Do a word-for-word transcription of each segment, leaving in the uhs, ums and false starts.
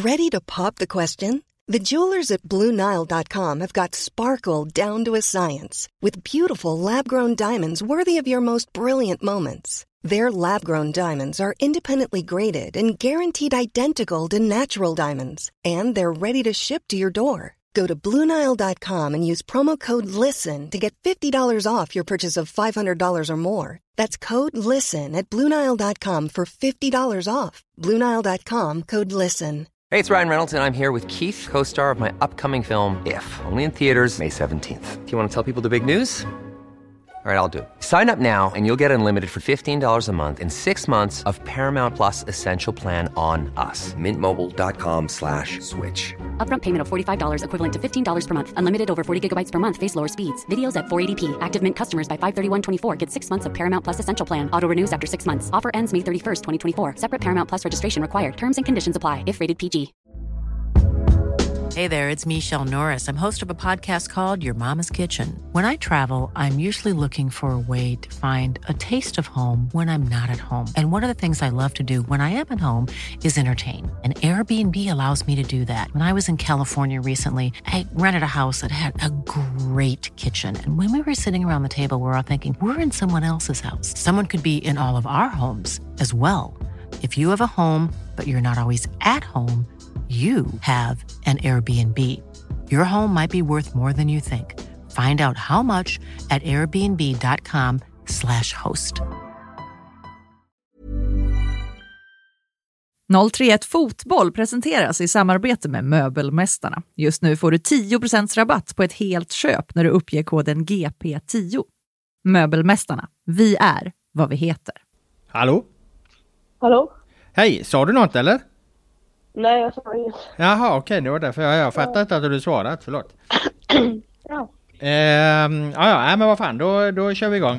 Ready to pop the question? The jewelers at Blue Nile dot com have got sparkle down to a science with beautiful lab-grown diamonds worthy of your most brilliant moments. Their lab-grown diamonds are independently graded and guaranteed identical to natural diamonds, and they're ready to ship to your door. Go to Blue Nile dot com and use promo code LISTEN to get fifty dollars off your purchase of five hundred dollars or more. That's code LISTEN at Blue Nile dot com for fifty dollars off. Blue Nile dot com, code LISTEN. Hey, it's Ryan Reynolds, and I'm here with Keith, co-star of my upcoming film, If, only in theaters May seventeenth. Do you want to tell people the big news? All right, I'll do it. Sign up now and you'll get unlimited for fifteen dollars a month and six months of Paramount Plus Essential Plan on us. Mint Mobile dot com slash switch. Upfront payment of forty-five dollars equivalent to fifteen dollars per month. Unlimited over forty gigabytes per month. Face lower speeds. Videos at four eighty p. Active Mint customers by five thirty-one twenty-four get six months of Paramount Plus Essential Plan. Auto renews after six months. Offer ends May thirty-first, twenty twenty-four. Separate Paramount Plus registration required. Terms and conditions apply if rated P G. Hey there, it's Michelle Norris. I'm host of a podcast called Your Mama's Kitchen. When I travel, I'm usually looking for a way to find a taste of home when I'm not at home. And one of the things I love to do when I am at home is entertain. And Airbnb allows me to do that. When I was in California recently, I rented a house that had a great kitchen. And when we were sitting around the table, we were all thinking, we're in someone else's house. Someone could be in all of our homes as well. If you have a home, but you're not always at home, you have an Airbnb. Your home might be worth more than you think. Find out how much at airbnb dot com slash host. noll tre ett Fotboll presenteras i samarbete med Möbelmästarna. Just nu får du tio procent rabatt på ett helt köp när du uppger koden G P tio. Möbelmästarna. Vi är vad vi heter. Hallå? Hallå? Hej, sa du något eller? Nej, jag sa inget. Jaha, okej, okay, det var därför jag, jag fattar inte att du svarat, förlåt. Ja. Ehm, ja, ja, men vad fan, då, då kör vi igång.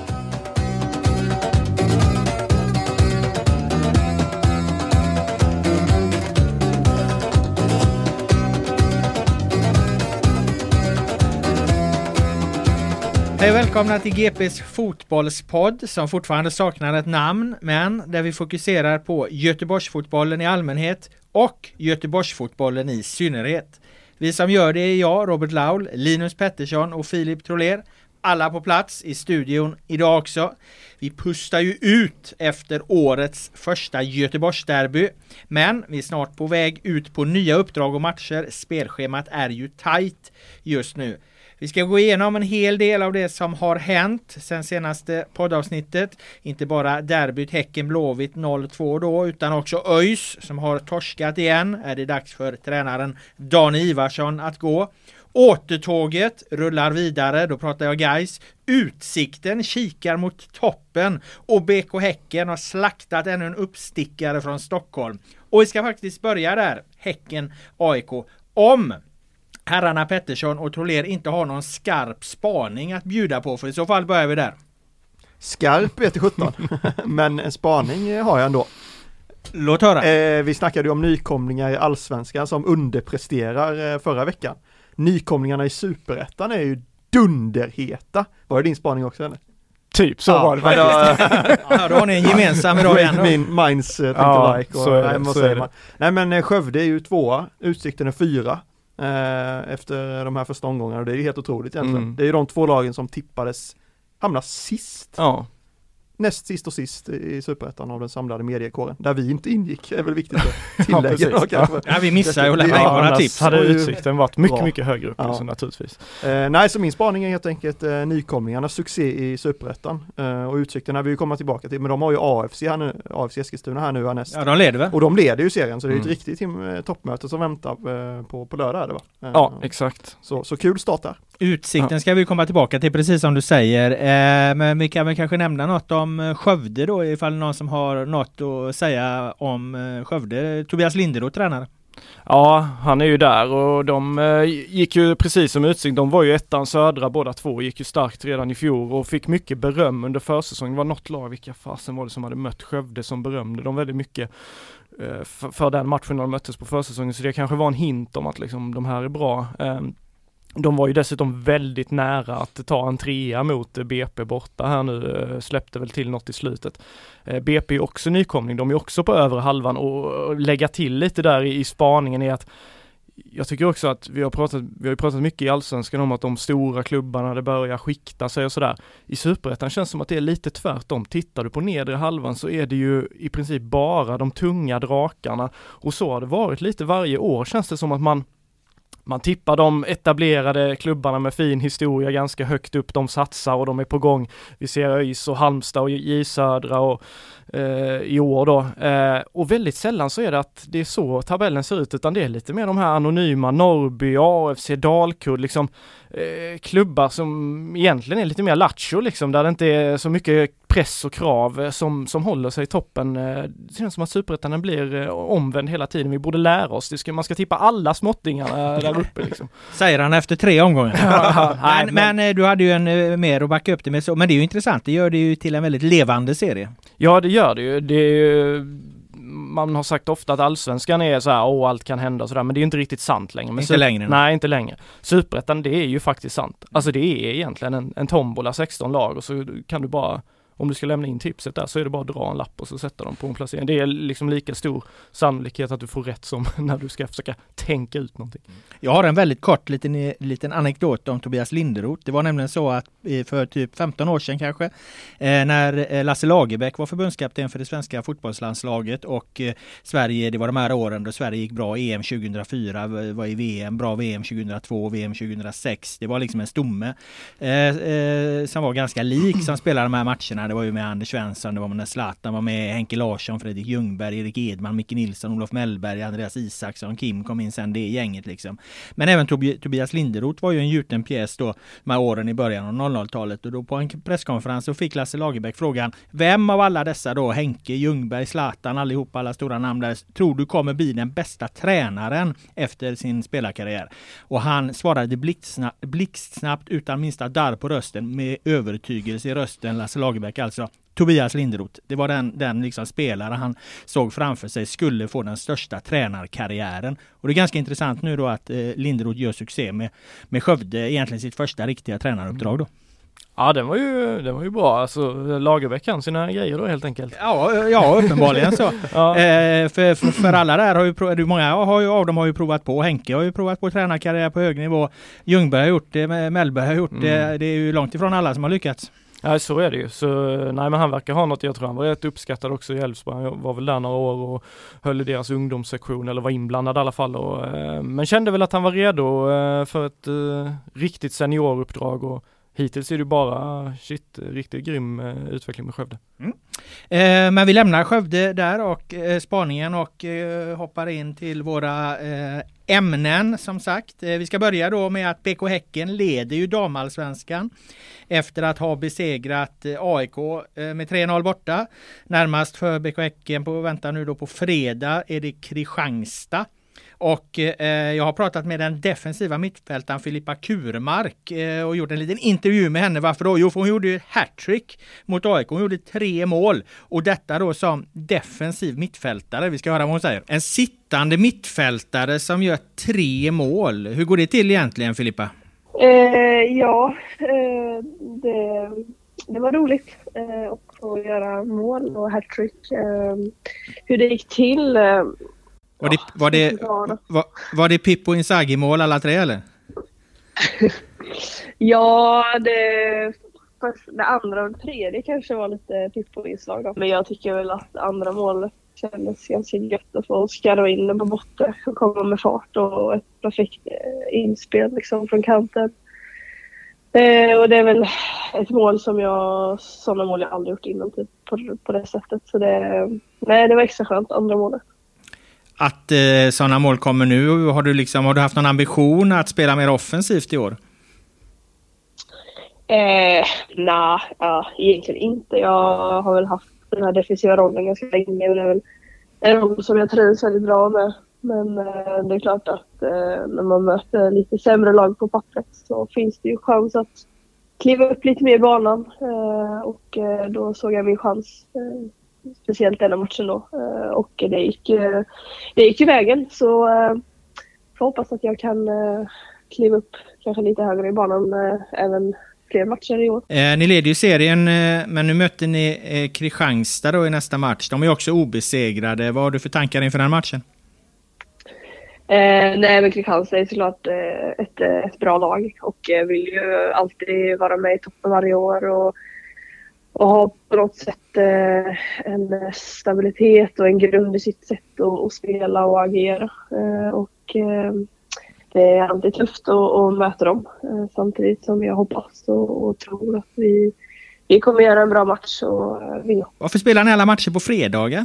Hej och välkomna till G P:s fotbollspodd som fortfarande saknar ett namn, men där vi fokuserar på Göteborgsfotbollen i allmänhet och Göteborgsfotbollen i synnerhet. Vi som gör det är jag, Robert Laul, Linus Pettersson och Filip Troller. Alla på plats i studion idag också. Vi pustar ju ut efter årets första Göteborgsderby, men vi är snart på väg ut på nya uppdrag och matcher. Spelschemat är ju tajt just nu. Vi ska gå igenom en hel del av det som har hänt sen senaste poddavsnittet. Inte bara derbyt Häcken-Blåvitt noll två då, utan också ÖIS som har torskat igen. Är det dags för tränaren Dan Ivarsson att gå. Återtåget rullar vidare, då pratar jag guys. Utsikten kikar mot toppen och B K Häcken har slaktat ännu en uppstickare från Stockholm. Och vi ska faktiskt börja där, Häcken A I K. Om herrarna Pettersson och Troller inte har någon skarp spaning att bjuda på, för i så fall börjar vi där. Skarp vet jag sjutton, men en spaning har jag ändå. Låt höra. Eh, vi snackade ju om nykomlingar i Allsvenskan som underpresterar eh, förra veckan. Nykomlingarna i Superettan är ju dunderheta. Var det din spaning också eller? Typ så ja, var det faktiskt. Då, ja, då har ni en gemensam idag igen då. Min minds uh, ja, like. Och, så är det, nej, vad så säger är man? Nej men eh, Skövde är ju tvåa, Utsikten är fyra. Eh, efter de här första omgångarna, och det är ju helt otroligt egentligen. Mm. Det är ju de två lagen som tippades hamna sist. Ja. Näst sist och sist i Superettan av den samlade mediekåren. Där vi inte ingick, är väl viktigt att tillägga. ja, ja. ja, vi missar ju att lämna ja, våra tips. Hade Utsikten varit mycket, bra. mycket högre upp ja. så naturligtvis. Eh, nej, så min spaning är helt enkelt eh, nykomlingarnas succé i Superettan. Eh, och Utsikten har vi ju komma tillbaka till. Men de har ju A F C här nu, A F C Eskilstuna här nu näst. Ja, de leder väl? Och de leder ju serien, så det är mm. ett riktigt tim- toppmöte som väntar eh, på, på lördag är det va? Eh, ja, exakt. Så, så kul start där. Utsikten ska vi komma tillbaka till precis som du säger. Eh, men vi kan väl kanske nämna något om Skövde då, ifall någon som har något att säga om eh, Skövde. Tobias Linderoth tränare. Ja, han är ju där och de eh, gick ju precis som Utsikt. De var ju ettan södra båda två, gick ju starkt redan i fjol och fick mycket beröm under försäsongen. Det var något lag, vilka fasen var det som hade mött Skövde som berömde de väldigt mycket eh, för, för den matchen när de möttes på försäsongen. Så det kanske var en hint om att liksom, de här är bra. Eh, De var ju dessutom väldigt nära att ta en trea mot B P borta här nu, släppte väl till något i slutet. B P är också nykomling, de är också på övre halvan, och lägga till lite där i, i spaningen är att jag tycker också att vi har pratat, vi har pratat mycket i Allsvenskan om att de stora klubbarna, det börjar skikta sig och sådär. I Superettan känns det som att det är lite tvärtom. Tittar du på nedre halvan så är det ju i princip bara de tunga drakarna, och så har det varit lite varje år. Känns det som att man Man tippar de etablerade klubbarna med fin historia ganska högt upp, de satsar och de är på gång. Vi ser ÖIS och Halmstad och J Södra och, eh, i år då. Eh, och väldigt sällan så är det att det är så tabellen ser ut, utan det är lite mer de här anonyma Norrby, A F C, Dalkurd, liksom eh, klubbar som egentligen är lite mer lattjo, liksom, där det inte är så mycket press och krav som, som håller sig i toppen. Det känns som att Superettan blir omvänd hela tiden. Vi borde lära oss. Det ska, man ska tippa alla småttingarna där uppe. Liksom. Säger han efter tre omgångar. men, men, men du hade ju en mer att backa upp det med. Så, men det är ju intressant. Det gör det ju till en väldigt levande serie. Ja, det gör det ju. Det är ju, man har sagt ofta att Allsvenskan är så här, åh, allt kan hända och sådär, men det är ju inte riktigt sant längre. Men inte längre. Nej, inte längre. Superettan, det är ju faktiskt sant. Alltså det är egentligen en, en tombola, sexton lag, och så kan du bara, om du ska lämna in tipset där, så är det bara att dra en lapp och så sätta dem på en placering. Det är liksom lika stor sannolikhet att du får rätt som när du ska försöka tänka ut någonting. Jag har en väldigt kort liten, liten anekdot om Tobias Linderoth. Det var nämligen så att för typ femton år sedan kanske, när Lasse Lagerbäck var förbundskapten för det svenska fotbollslandslaget, och Sverige, det var de här åren då Sverige gick bra, E M tjugohundrafyra var i V M, bra V M tjugohundratvå, V M tjugohundrasex. Det var liksom en stomme eh, eh, som var ganska lik som spelade de här matcherna. Det var ju med Anders Svensson, det var med Zlatan, var med Henke Larsson, Fredrik Ljungberg, Erik Edman, Micke Nilsson, Olof Mellberg, Andreas Isaksson, Kim kom in sen, det gänget liksom. Men även Tob- Tobias Linderoth var ju en gjuten pjäs då med åren i början av noll noll-talet, och då på en presskonferens så fick Lasse Lagerbäck frågan, vem av alla dessa då, Henke, Ljungberg, Zlatan, allihopa, alla stora namn där, tror du kommer bli den bästa tränaren efter sin spelarkarriär? Och han svarade blixtsnabbt, blixtsnabbt utan minsta darr på rösten, med övertygelse i rösten, Lasse Lagerbäck alltså, Tobias Linderoth. Det var den, den liksom spelare han såg framför sig skulle få den största tränarkarriären. Och det är ganska intressant nu då att eh, Linderoth gör succé med, med Skövde, egentligen sitt första riktiga tränaruppdrag då. Ja, den var ju, den var ju bra. Alltså, Lagerbäck kan sina grejer då helt enkelt. Ja, ja uppenbarligen så. ja. eh, för, för, för alla där har ju prov, många har ju, av dem har ju provat på. Henke har ju provat på tränarkarriär på hög nivå. Ljungberg har gjort det, Mellberg har gjort mm. det. Det är ju långt ifrån alla som har lyckats. Ja, så är det ju. Så, nej, men han verkar ha något. Jag tror han var rätt uppskattad också i Elfsborg. Han var väl där några år och höll i deras ungdomssektion, eller var inblandad i alla fall. Och, eh, men kände väl att han var redo eh, för ett eh, riktigt senioruppdrag, och hittills är det bara shit, riktigt grym eh, utveckling med Skövde. Mm. Eh, men vi lämnar Skövde där och eh, spaningen och eh, hoppar in till våra eh, ämnen som sagt. Eh, vi ska börja då med att B K Häcken leder ju damallsvenskan efter att ha besegrat eh, A I K eh, med tre noll borta. Närmast för B K Häcken på vänta nu då på fredag är det Kristianstad. Och eh, jag har pratat med den defensiva mittfältaren Filippa Kurmark eh, och gjort en liten intervju med henne. Varför då? Jo, för hon gjorde ju ett hattrick mot A I K. Hon gjorde tre mål. Och detta då som defensiv mittfältare. Vi ska höra vad hon säger. En sittande mittfältare som gör tre mål. Hur går det till egentligen, Filippa? Eh, ja, eh, det, det var roligt eh, att få göra mål och hattrick. Eh, hur det gick till... Eh, Var det, var, det, var, var det Pippo Inzaghi-mål alla tre eller? ja, det, det andra och det tredje kanske var lite Pippo-inslag då. Men jag tycker väl att andra målet kändes ganska gött att få skarva in den på botten och komma med fart och ett perfekt inspel liksom från kanten. Eh, och det är väl ett mål som jag, sådana mål jag aldrig gjort innan typ, på, på det sättet. Så det, nej, det var extra skönt, andra målet. Att eh, sådana mål kommer nu, har du, liksom, har du haft någon ambition att spela mer offensivt i år? Eh, nej, ja, egentligen inte. Jag har väl haft den här defensiva rollen ganska länge. Det är väl en roll som jag trivs väldigt bra med. Men eh, det är klart att eh, när man möter lite sämre lag på pappret så finns det ju chans att kliva upp lite mer i banan. Eh, och eh, då såg jag min chans. Eh, Speciellt denna matchen då. Och det gick, det gick i vägen. Så jag hoppas att jag kan kliva upp kanske lite högre i banan eh, även fler matcher i år. Eh, ni leder ju serien, eh, men nu möter ni eh, Kristianstad då i nästa match. De är ju också obesegrade. Vad har du för tankar inför den matchen? Eh, nej, men Kristianstad är såklart eh, ett, ett bra lag och eh, vill ju alltid vara med i toppen varje år och, och ha på något sätt eh, en stabilitet och en grund i sitt sätt att, att spela och agera. Eh, och eh, det är alltid tufft att, att möta dem eh, samtidigt som jag hoppas och, och tror att vi, vi kommer göra en bra match och eh, vinna. Varför spelar ni alla matcher på fredagar?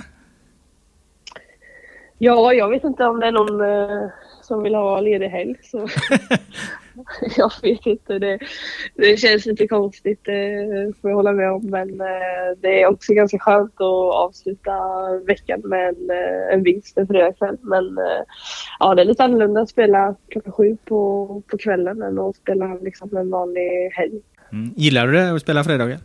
Ja, jag vet inte om det är någon eh, som vill ha ledig helg. Så jag vet inte. Det, det känns lite konstigt, eh, får jag hålla med om. Men eh, det är också ganska skönt att avsluta veckan med en, eh, en vinst en fredagkväll. Men eh, ja, det är lite annorlunda att spela klockan sju på, på kvällen än att spela liksom en vanlig helg. Mm. Gillar du det att spela fredagar?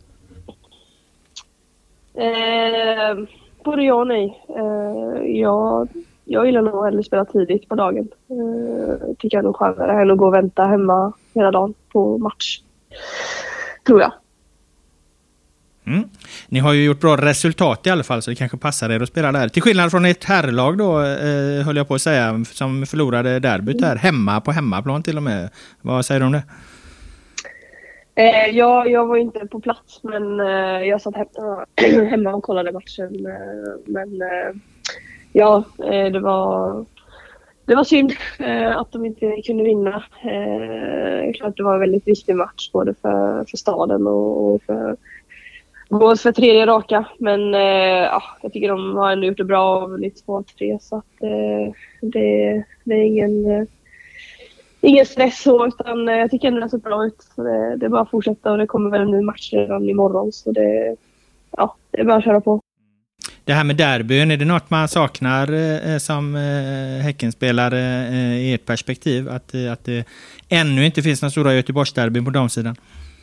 Eh, Både ja och nej. Uh, jag, jag gillar nog hellre spela tidigt på dagen. Uh, tycker jag nog skönare än att gå och vänta hemma hela dagen på match. Tror jag. Mm. Ni har ju gjort bra resultat i alla fall, så det kanske passar er att spela där. Till skillnad från ett herrlag då, uh, höll jag på att säga, som förlorade derbyt här. Hemma på hemmaplan till och med. Vad säger du om det? Eh, jag, jag var inte på plats, men eh, jag satt hemma, hemma och kollade matchen. Eh, men eh, ja, eh, det var det var synd eh, att de inte kunde vinna. Eh, klart det var en väldigt viktig match både för, för staden och, och för, både för tredje raka. Men eh, ja, jag tycker de har ändå gjort det bra och vunnit två tre, så att eh, det, det är ingen... Eh, Ingen stress så, utan jag tycker ändå det ser bra ut. Så det, det är bara att fortsätta och det kommer väl en ny match redan imorgon. Så det, ja, det är bara att köra på. Det här med derbyn, är det något man saknar eh, som eh, Häckenspelare eh, i ert perspektiv? Att, eh, att det ännu inte finns någon stora Göteborgsderby på damsidan?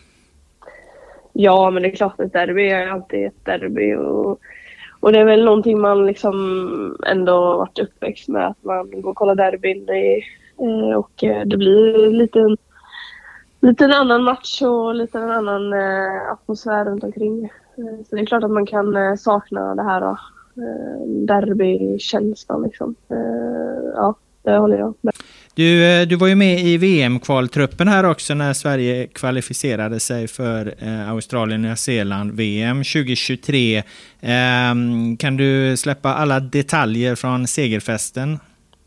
Ja, men det är klart att derby är alltid ett derby. Och, och det är väl någonting man liksom ändå varit uppväxt med. Att man går och kollar derbyn i... Och det blir lite, lite en annan match och lite en annan eh, atmosfär runt omkring. Så det är klart att man kan eh, sakna det här eh, derbykänslan liksom. Eh, ja, det håller jag med. Du, du var ju med i V M-kvaltruppen här också när Sverige kvalificerade sig för eh, Australien, Nya Zeeland V M tjugo tjugotre. Eh, kan du släppa alla detaljer från segerfesten?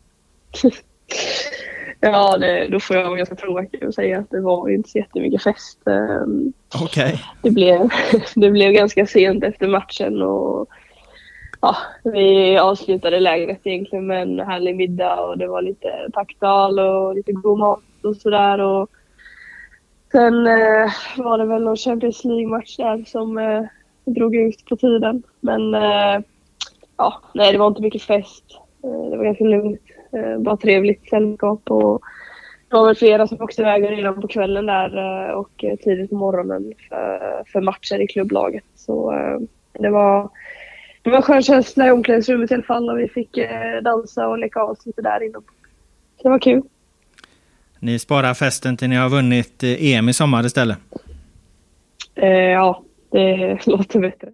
Ja, det, då får jag vara ganska tråkig och säga att det var inte så jättemycket fest. Okej. Okay. Det blev, det blev ganska sent efter matchen och ja, vi avslutade lägret egentligen med en härlig middag och det var lite tacktal och lite god mat och sådär. Och sen eh, var det väl någon Champions League-match där som eh, drog ut på tiden. Men eh, ja, nej, det var inte mycket fest. Eh, det var ganska lugnt. Bara trevligt sällskap och det var väl flera som åkte iväg redan på kvällen där och tidigt på morgonen för, för matcher i klubblaget. Så det var, det var en skön känsla i omklädningsrummet i alla fall och vi fick dansa och leka av lite där inne. Så det var kul. Ni sparar festen till ni har vunnit E M i sommar istället? Eh, ja, det låter bättre.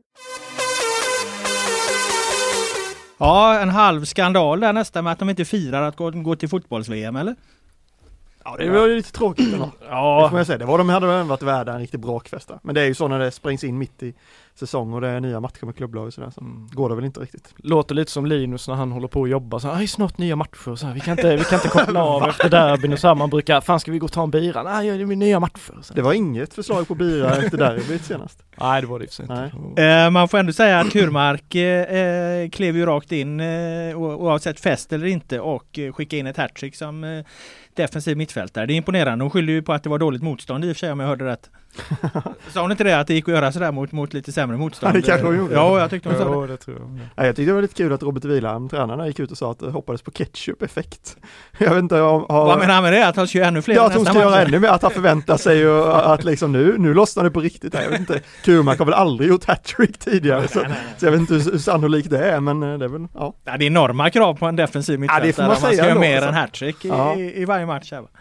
Ja, en halv skandal där nästan med att de inte firar att gå, gå till fotbolls-V M, eller? Ja, det var ju lite tråkigt ändå. Ja, det får man säga. Det var de hade varit värda en riktigt bra kväst. Men det är ju så när det sprängs in mitt i säsong och det är nya matcher med klubblag och sådär, så mm. går det väl inte riktigt. Låter lite som Linus när han håller på att jobba så här, snart nya matcher så här, vi kan inte vi kan inte koppla av efter derbyn och så här, man brukar, fan ska vi gå och ta en bira? Nej, det är nya matcher. Så. Det var inget förslag på bira efter derbyt senast. Nej, det var det ju inte. Eh, man får ändå säga att Kurmark eh, klev ju rakt in eh, oavsett fest eller inte och eh, skickade in ett hattrick som eh, defensiv mittfältare. Det är imponerande. Hon skyller ju på att det var dåligt motstånd i och för sig om jag hörde rätt. Sa hon inte det att det gick att göra sådär mot, mot lite sämre motstånd? Ja, det kanske hon gjorde. Ja, jag tyckte hon sa det. Ja, det tror jag. Ja, jag tyckte det var lite kul att Robert Wieland, tränarna, gick ut och sa att det hoppades på ketchup-effekt. Jag vet inte om... Har... Vad menar han med det? Att han ska göra ännu fler? Ja, att hon ska göra ännu mer. Att han förväntar sig och att liksom nu, nu lossnar det på riktigt. Jag vet inte. Kurmark har väl aldrig gjort hattrick tidigare. Så, så jag vet inte hur, hur sannolikt det är, men det är väl... Ja. Ja, det är enorma krav på en defensiv mittfältare. Ja, det får man man säga. ska göra ändå, mer så. än hattrick i, ja. i, i varje match här, va?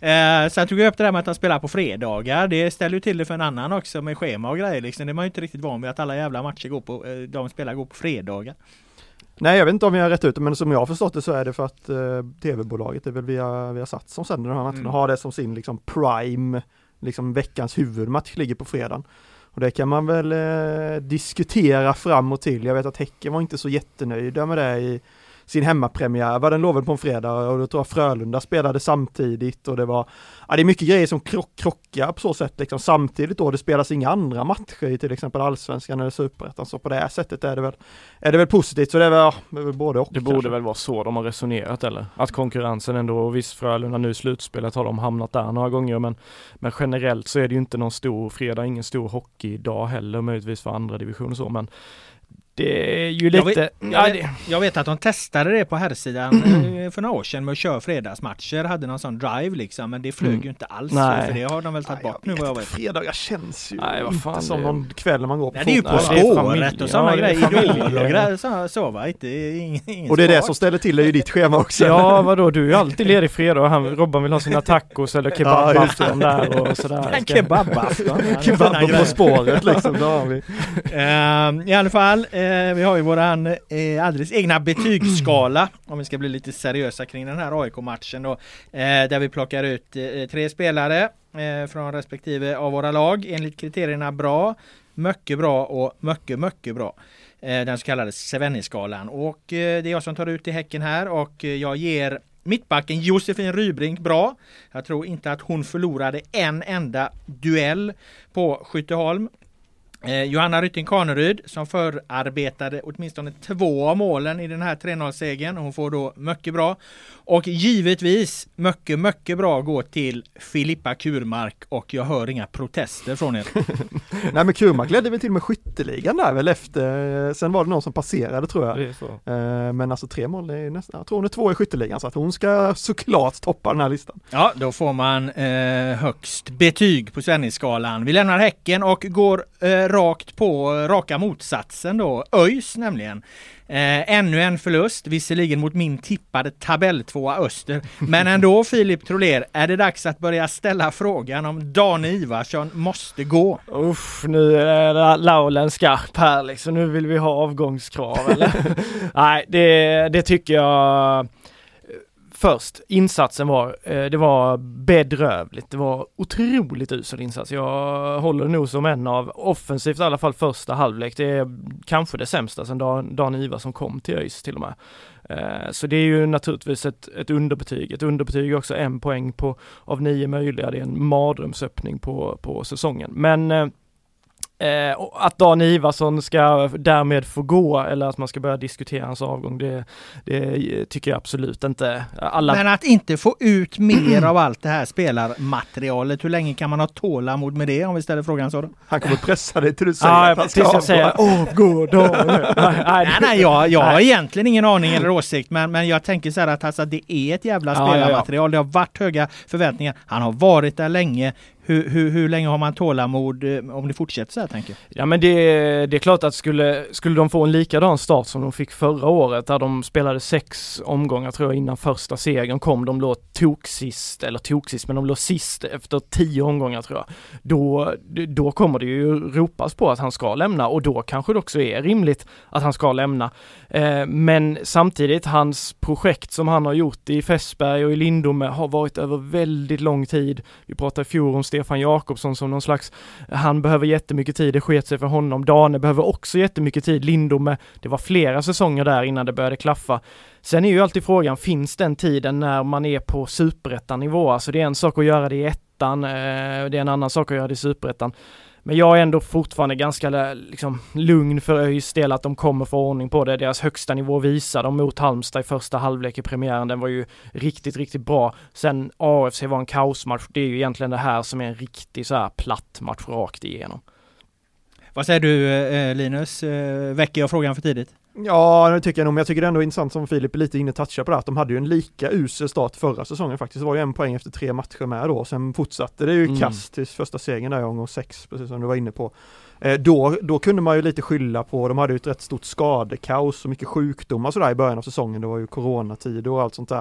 Eh, sen tog jag upp det där med att han spelar på fredagar. Det ställer ju till det för en annan också med schema och grejer. Liksom. Det är man ju inte riktigt van vid att alla jävla matcher går på, eh, de spelar går på fredagar. Nej, jag vet inte om jag har rätt ut det, men som jag har förstått det så är det för att eh, tv-bolaget är väl via, via satt som sänder de här matcherna. Mm. Har det som sin liksom prime, liksom veckans huvudmatch ligger på fredagen. Och det kan man väl eh, diskutera fram och till. Jag vet att Häcken var inte så jättenöjda med det i sin hemmapremiär. Var den loven på en fredag och då tror jag Frölunda spelade samtidigt och det var, ja, det är mycket grejer som krock, krockar på så sätt liksom. Samtidigt då det spelas inga andra matcher i till exempel Allsvenskan eller Superettan, så på det här sättet är det väl, är det väl positivt, så det är väl, ja, det är väl både och. Det borde kanske väl vara så de har resonerat, eller? Att konkurrensen ändå, och visst Frölunda nu i slutspelet har de hamnat där några gånger, men, men generellt så är det ju inte någon stor fredag, ingen stor hockeydag heller, möjligtvis för andra divisioner så, men det är ju lite... Jag vet, jag, vet, jag vet att de testade det på herrsidan för några år sedan med att köra fredagsmatcher. Hade någon sån drive liksom, men det flög mm. ju inte alls. Nej. För det har de väl tagit bort nu vad jag vet. Fredagar känns ju Nej, vad fan, inte som det... någon kväll när man går på. Nej, det är ju på spåret och sådana grejer. Idol och grejer. Så, så va, inte, ingen, ingen och det är sport. Det som ställer till är ju ditt schema också. Ja, vadå? Du är ju alltid ledig fredag och han, Robban vill ha sina tacos eller kebabafton ja, där och sådär. En kebabafton. Kebab på spåret liksom, då har vi. Uh, I alla fall, uh, vi har ju våran eh, alldeles egna betygsskala, om vi ska bli lite seriösa kring den här A I K-matchen då, eh, där vi plockar ut eh, tre spelare eh, från respektive av våra lag enligt kriterierna bra, mycket bra och mycket, mycket bra. Eh, den så kallade Svenny-skalan. Och eh, det är jag som tar ut i Häcken här och eh, jag ger mittbacken Josefin Rybrink bra. Jag tror inte att hon förlorade en enda duell på Skytteholm. Eh, Johanna Rytting Kaneryd som förarbetade åtminstone två av målen i den här tre noll-segern. Hon får då mycket bra. Och givetvis mycket, mycket bra går till Filippa Kurmark och jag hör inga protester från er. Nej, men Kurmark ledde väl till med skytteligan där väl efter, sen var det någon som passerade tror jag. Det är så. Eh, men alltså tre mål är nästan, jag tror hon är två i skytteligan så att hon ska såklart toppa den här listan. Ja, då får man eh, högst betyg på Svenny-skalan. Vi lämnar Häcken och går eh, rakt på raka motsatsen då, ÖIS nämligen. Eh, ännu en förlust, visserligen mot min tippade tabelltvåa Öster. Men ändå, Filip Troler, är det dags att börja ställa frågan om Dan Ivarsson måste gå? Uff, nu är laulen skarp här liksom. Nu vill vi ha avgångskrav, eller? Nej, det, det tycker jag... Först, insatsen var, det var bedrövligt. Det var otroligt usel insats. Jag håller nog som en av, offensivt i alla fall första halvlek. Det är kanske det sämsta sedan Dan, Dan Ivarsson kom till ÖIS till och med. Så det är ju naturligtvis ett, ett underbetyg. Ett underbetyg är också en poäng på, av nio möjliga. Det är en mardrömsöppning på, på säsongen. Men... Eh, att Dan Ivarsson ska därmed få gå eller att man ska börja diskutera hans avgång, det, det tycker jag absolut inte. Alla... Men att inte få ut mer av allt det här spelarmaterialet, hur länge kan man ha tålamod med det om vi ställer frågan så då? Han kommer pressa dig till du säger ah, att han ska avgå. Säga, avgå då. nej, nej, jag, jag har egentligen ingen aning eller åsikt, men, men jag tänker så här att alltså, det är ett jävla spelarmaterial. Ja, ja. Det har varit höga förväntningar. Han har varit där länge. Hur, hur, hur länge har man tålamod om det fortsätter så här, tänker jag? Ja, men det, det är klart att skulle, skulle de få en likadan start som de fick förra året, där de spelade sex omgångar tror jag innan första segern kom, de låg toksist, eller toksist, men de låg sist efter tio omgångar tror jag. Då, då kommer det ju ropas på att han ska lämna, och då kanske det också är rimligt att han ska lämna. Eh, men samtidigt, hans projekt som han har gjort i Fässberg och i Lindome har varit över väldigt lång tid. Vi pratade i fjol om Stefan Jakobsson som någon slags, han behöver jättemycket tid, det sket sig för honom. Dane behöver också jättemycket tid, Lindome, det var flera säsonger där innan det började klaffa. Sen är ju alltid frågan, finns den tiden när man är på superettan-nivå? Alltså det är en sak att göra det i ettan, det är en annan sak att göra det i superettan. Men jag är ändå fortfarande ganska liksom, lugn för ÖIS del att de kommer få ordning på det. Deras högsta nivå visar de mot Halmstad i första halvlek i premiären. Den var ju riktigt, riktigt bra. Sen A F C var en kaosmatch. Det är ju egentligen det här som är en riktig så här platt match rakt igenom. Vad säger du eh, Linus? Eh, väcker jag frågan för tidigt? Ja, det tycker jag nog, men jag tycker det är ändå intressant som Filip är lite inne touchar på det, att de hade ju en lika usel start förra säsongen faktiskt. Det var ju en poäng efter tre matcher med då, sen fortsatte det ju mm. kast till första segern där i omgång sex, precis som du var inne på. Eh, då, då kunde man ju lite skylla på, de hade ju ett rätt stort skadekaos och mycket sjukdomar sådär i början av säsongen, det var ju coronatid och allt sånt där.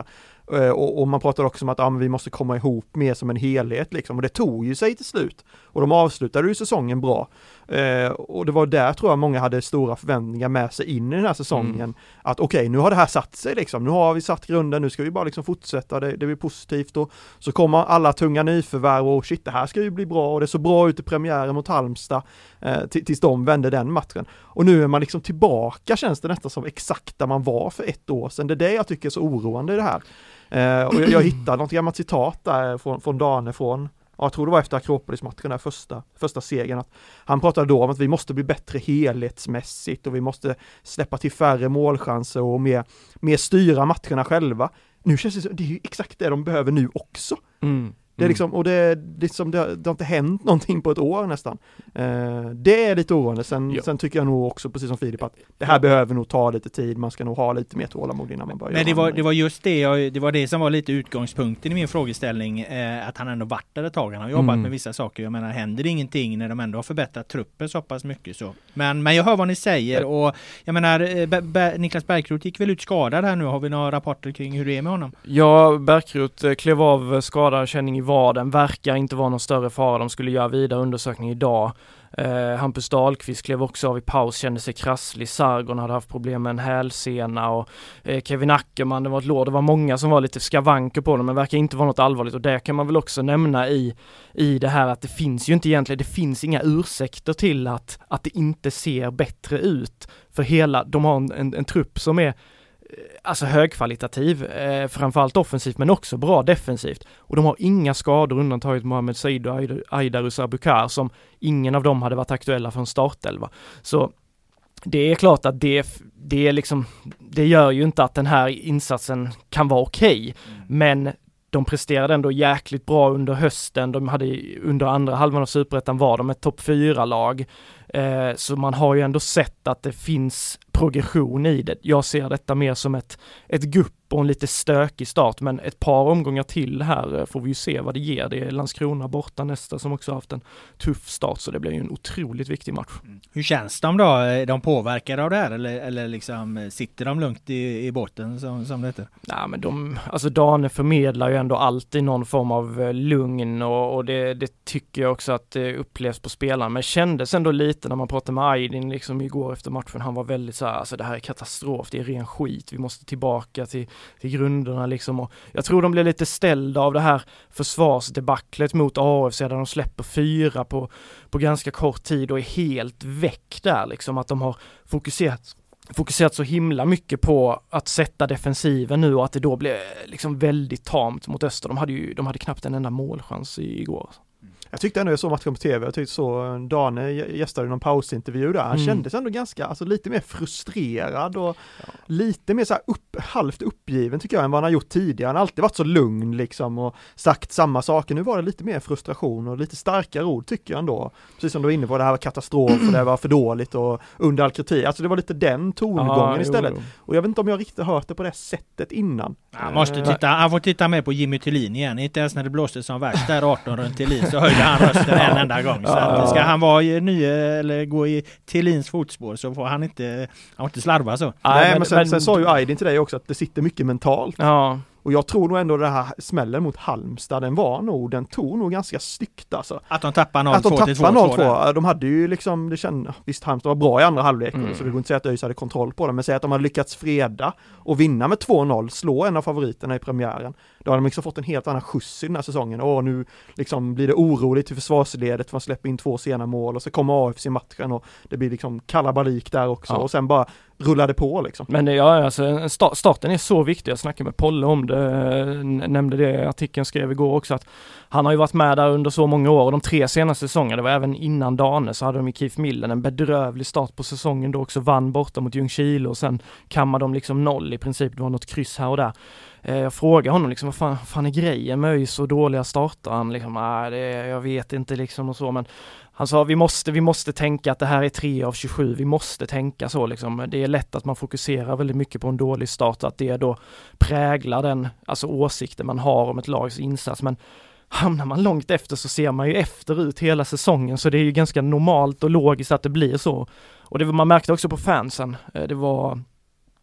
Och, och man pratar också om att ah, vi måste komma ihop mer som en helhet liksom. Och det tog ju sig till slut. Och de avslutade ju säsongen bra. Eh, och det var där tror jag många hade stora förväntningar med sig in i den här säsongen. Mm. Att okej, okay, nu har det här satt sig liksom. Nu har vi satt grunden, nu ska vi bara liksom fortsätta. Det, det blir positivt. Och så kommer alla tunga nyförvärv och shit, det här ska ju bli bra. Och det är så bra ut i premiären mot Halmstad. Eh, t- tills de vände den matchen. Och nu är man liksom tillbaka, känns det nästan som exakt där man var för ett år sedan. Det är det jag tycker är så oroande i det här. Uh, och jag, jag hittade något gammalt citat där från, från Dane från, ja, jag tror det var efter Akropolis-matchen, där första, första segern, att han pratade då om att vi måste bli bättre helhetsmässigt och vi måste släppa till färre målchanser och mer, mer styra matcherna själva. Nu känns det som, det är ju exakt det de behöver nu också. Mm. Det är liksom, och det, det, liksom, det, det har inte hänt någonting på ett år nästan. Eh, det är lite oroande. Sen, ja. sen tycker jag nog också, precis som Filip, att det här behöver nog ta lite tid. Man ska nog ha lite mer tålamod innan man börjar. Men det var, det var just det, jag, det var det som var lite utgångspunkten i min frågeställning. Eh, att han ändå varit där ett tag. Han har jobbat mm. med vissa saker. Jag menar, händer det ingenting när de ändå har förbättrat truppen så pass mycket så. Men, men jag hör vad ni säger. Och jag menar, B- B- Niklas Bärkroth gick väl ut skadad här nu. Har vi några rapporter kring hur det är med honom? Ja, Bärkroth klev av skadad känning i vaden. Verkar inte vara någon större fara. De skulle göra vidare undersökning idag. Eh, Hampus Dahlqvist klev också av i paus, kände sig krasslig. Sargon hade haft problem med en hälsena och eh, Kevin Ackerman, det var ett lår. Det var många som var lite skavanker på dem, men verkar inte vara något allvarligt. Och det kan man väl också nämna i, i det här att det finns ju inte egentligen, det finns inga ursäkter till att, att det inte ser bättre ut. För hela, de har en, en, en trupp som är alltså högkvalitativ, eh, framförallt offensivt men också bra defensivt. Och de har inga skador, undantaget Mohamed Said och Aidarus Abukar, som ingen av dem hade varit aktuella för en startelva. Så det är klart att det, det, är liksom, det gör ju inte att den här insatsen kan vara okej, mm. men de presterade ändå jäkligt bra under hösten. De hade under andra halvan av Superettan var de ett topp fyra lag. Eh, så man har ju ändå sett att det finns progression i det. Jag ser detta mer som ett, ett gupp och en lite stökig start, men ett par omgångar till här får vi ju se vad det ger. Det är Landskrona borta nästa som också har haft en tuff start, så det blir ju en otroligt viktig match. Mm. Hur känns de då? Är de påverkade av det här eller, eller liksom, sitter de lugnt i, i botten som, som det heter? Nej, men de, alltså Dane förmedlar ju ändå alltid någon form av lugn och, och det, det tycker jag också att det upplevs på spelaren, men kändes ändå lite när man pratade med Aydin liksom igår efter matchen. Han var väldigt så här, alltså det här är katastrof, det är ren skit, vi måste tillbaka till, till grunderna liksom. Och jag tror de blev lite ställda av det här försvarsdebaclet mot A F C där de släpper fyra på, på ganska kort tid och är helt väck där liksom, att de har fokuserat fokuserat så himla mycket på att sätta defensiven nu och att det då blev liksom väldigt tamt mot Öster. De hade ju de hade knappt en enda målchans igår. Jag tyckte ändå jag såg matchen på tv, jag tyckte så Dane gästade någon pausintervju där. Han mm. kändes ändå ganska, alltså lite mer frustrerad och ja. lite mer så här upp, halvt uppgiven tycker jag än vad han har gjort tidigare. Han har alltid varit så lugn liksom och sagt samma saker. Nu var det lite mer frustration och lite starkare ord tycker jag ändå. Precis som du var inne på, det här var katastrof och det var för dåligt och under all kritik. Alltså det var lite den tongången ja, istället. Jo, jo. Och jag vet inte om jag riktigt hört det på det sättet innan. Han måste titta, han får titta med på Jimmy Tillin igen. Inte ens när det blåste som värst där arton runt Tillin så höjde han rösten en enda gång. Så att ska han vara i nya eller gå i Tillins fotspår så får han inte, han får inte slarva så. Nej, men, men, sen, men sen sa ju Aydin till dig också att det sitter mycket mentalt. Ja. Och jag tror nog ändå det här smällen mot Halmstad, den var nog, den tog nog ganska styggt alltså. Att de tappar noll två till två. De hade ju liksom, det kände, visst Halmstad var bra i andra halvlek, mm. så det går inte att säga att ÖIS hade kontroll på det, men säg att de hade lyckats freda och vinna med två noll, slå en av favoriterna i premiären. Då hade de liksom fått en helt annan skjuts i den här säsongen. Och nu liksom blir det oroligt i försvarsledet för att släppa in två sena mål och så kommer A F C i matchen och det blir liksom kalabalik där också. Ja. Och sen bara rullade på liksom. Men ja, alltså starten är så viktig. Jag snackade med Polle om det, nämnde det i artikeln, skrev igår också att han har ju varit med där under så många år och de tre senaste säsongerna, det var även innan Dane, så hade de i Keith Millen en bedrövlig start på säsongen då också, vann borta mot Ljungskile och sen kammade de liksom noll i princip, det var något kryss här och där. Jag frågade honom liksom, vad fan, fan är grejen med så dåliga startar? Han liksom, nej, det, jag vet inte liksom och så, men han sa vi måste, vi måste tänka att det här är tre av tjugosju, vi måste tänka så liksom. Det är lätt att man fokuserar väldigt mycket på en dålig start, att det då präglar den alltså åsikten man har om ett lags insats, men hamnar man långt efter så ser man ju efter ut hela säsongen, så det är ju ganska normalt och logiskt att det blir så. Och det man märkte också på fansen, det var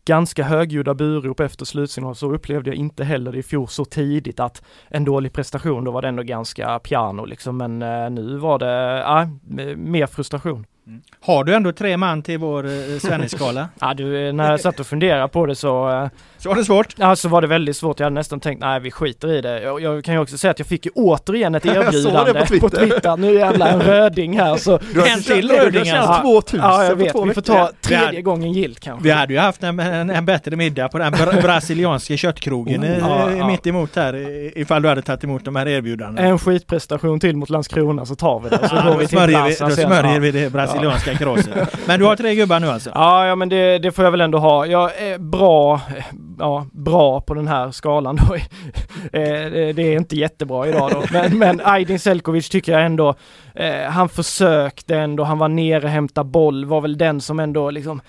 ganska högljudda burop efter slutsignal, så upplevde jag inte heller i fjol så tidigt att en dålig prestation, då var det ändå ganska piano liksom, men eh, nu var det ja, mer frustration. Mm. Har du ändå tre man till vår eh, Svennis-skala? Ja, du, när jag satt och funderade på det så... Eh, så var det svårt? Ja, så var det väldigt svårt. Jag hade nästan tänkt, nej vi skiter i det. Jag, jag kan ju också säga att jag fick ju återigen ett erbjudande på Twitter. på Twitter. Nu jävlar en röding här. Så du har en till röding alltså. tvåtusen Ja, jag vet. Vi får ta tredje hade, gången gilt kanske. Vi hade ju haft en, en, en bättre middag på den bra, brasilianska köttkrogen oh, i, ja, ja. mitt emot här, ifall du hade tagit emot de här erbjudandena. En skitprestation till mot Landskrona, så tar vi det. Så går vi till smörjer vi, då smörjer vi det brasilianska ja. krosset. Men du har tre gubbar nu alltså? Ja, ja men det, det får jag väl ändå ha. Jag är bra, ja, bra på den här skalan då. Det är inte jättebra idag då. Men, men Aydin Selkovic tycker jag ändå, eh, han försökte ändå, han var nere, hämta boll, var väl den som ändå liksom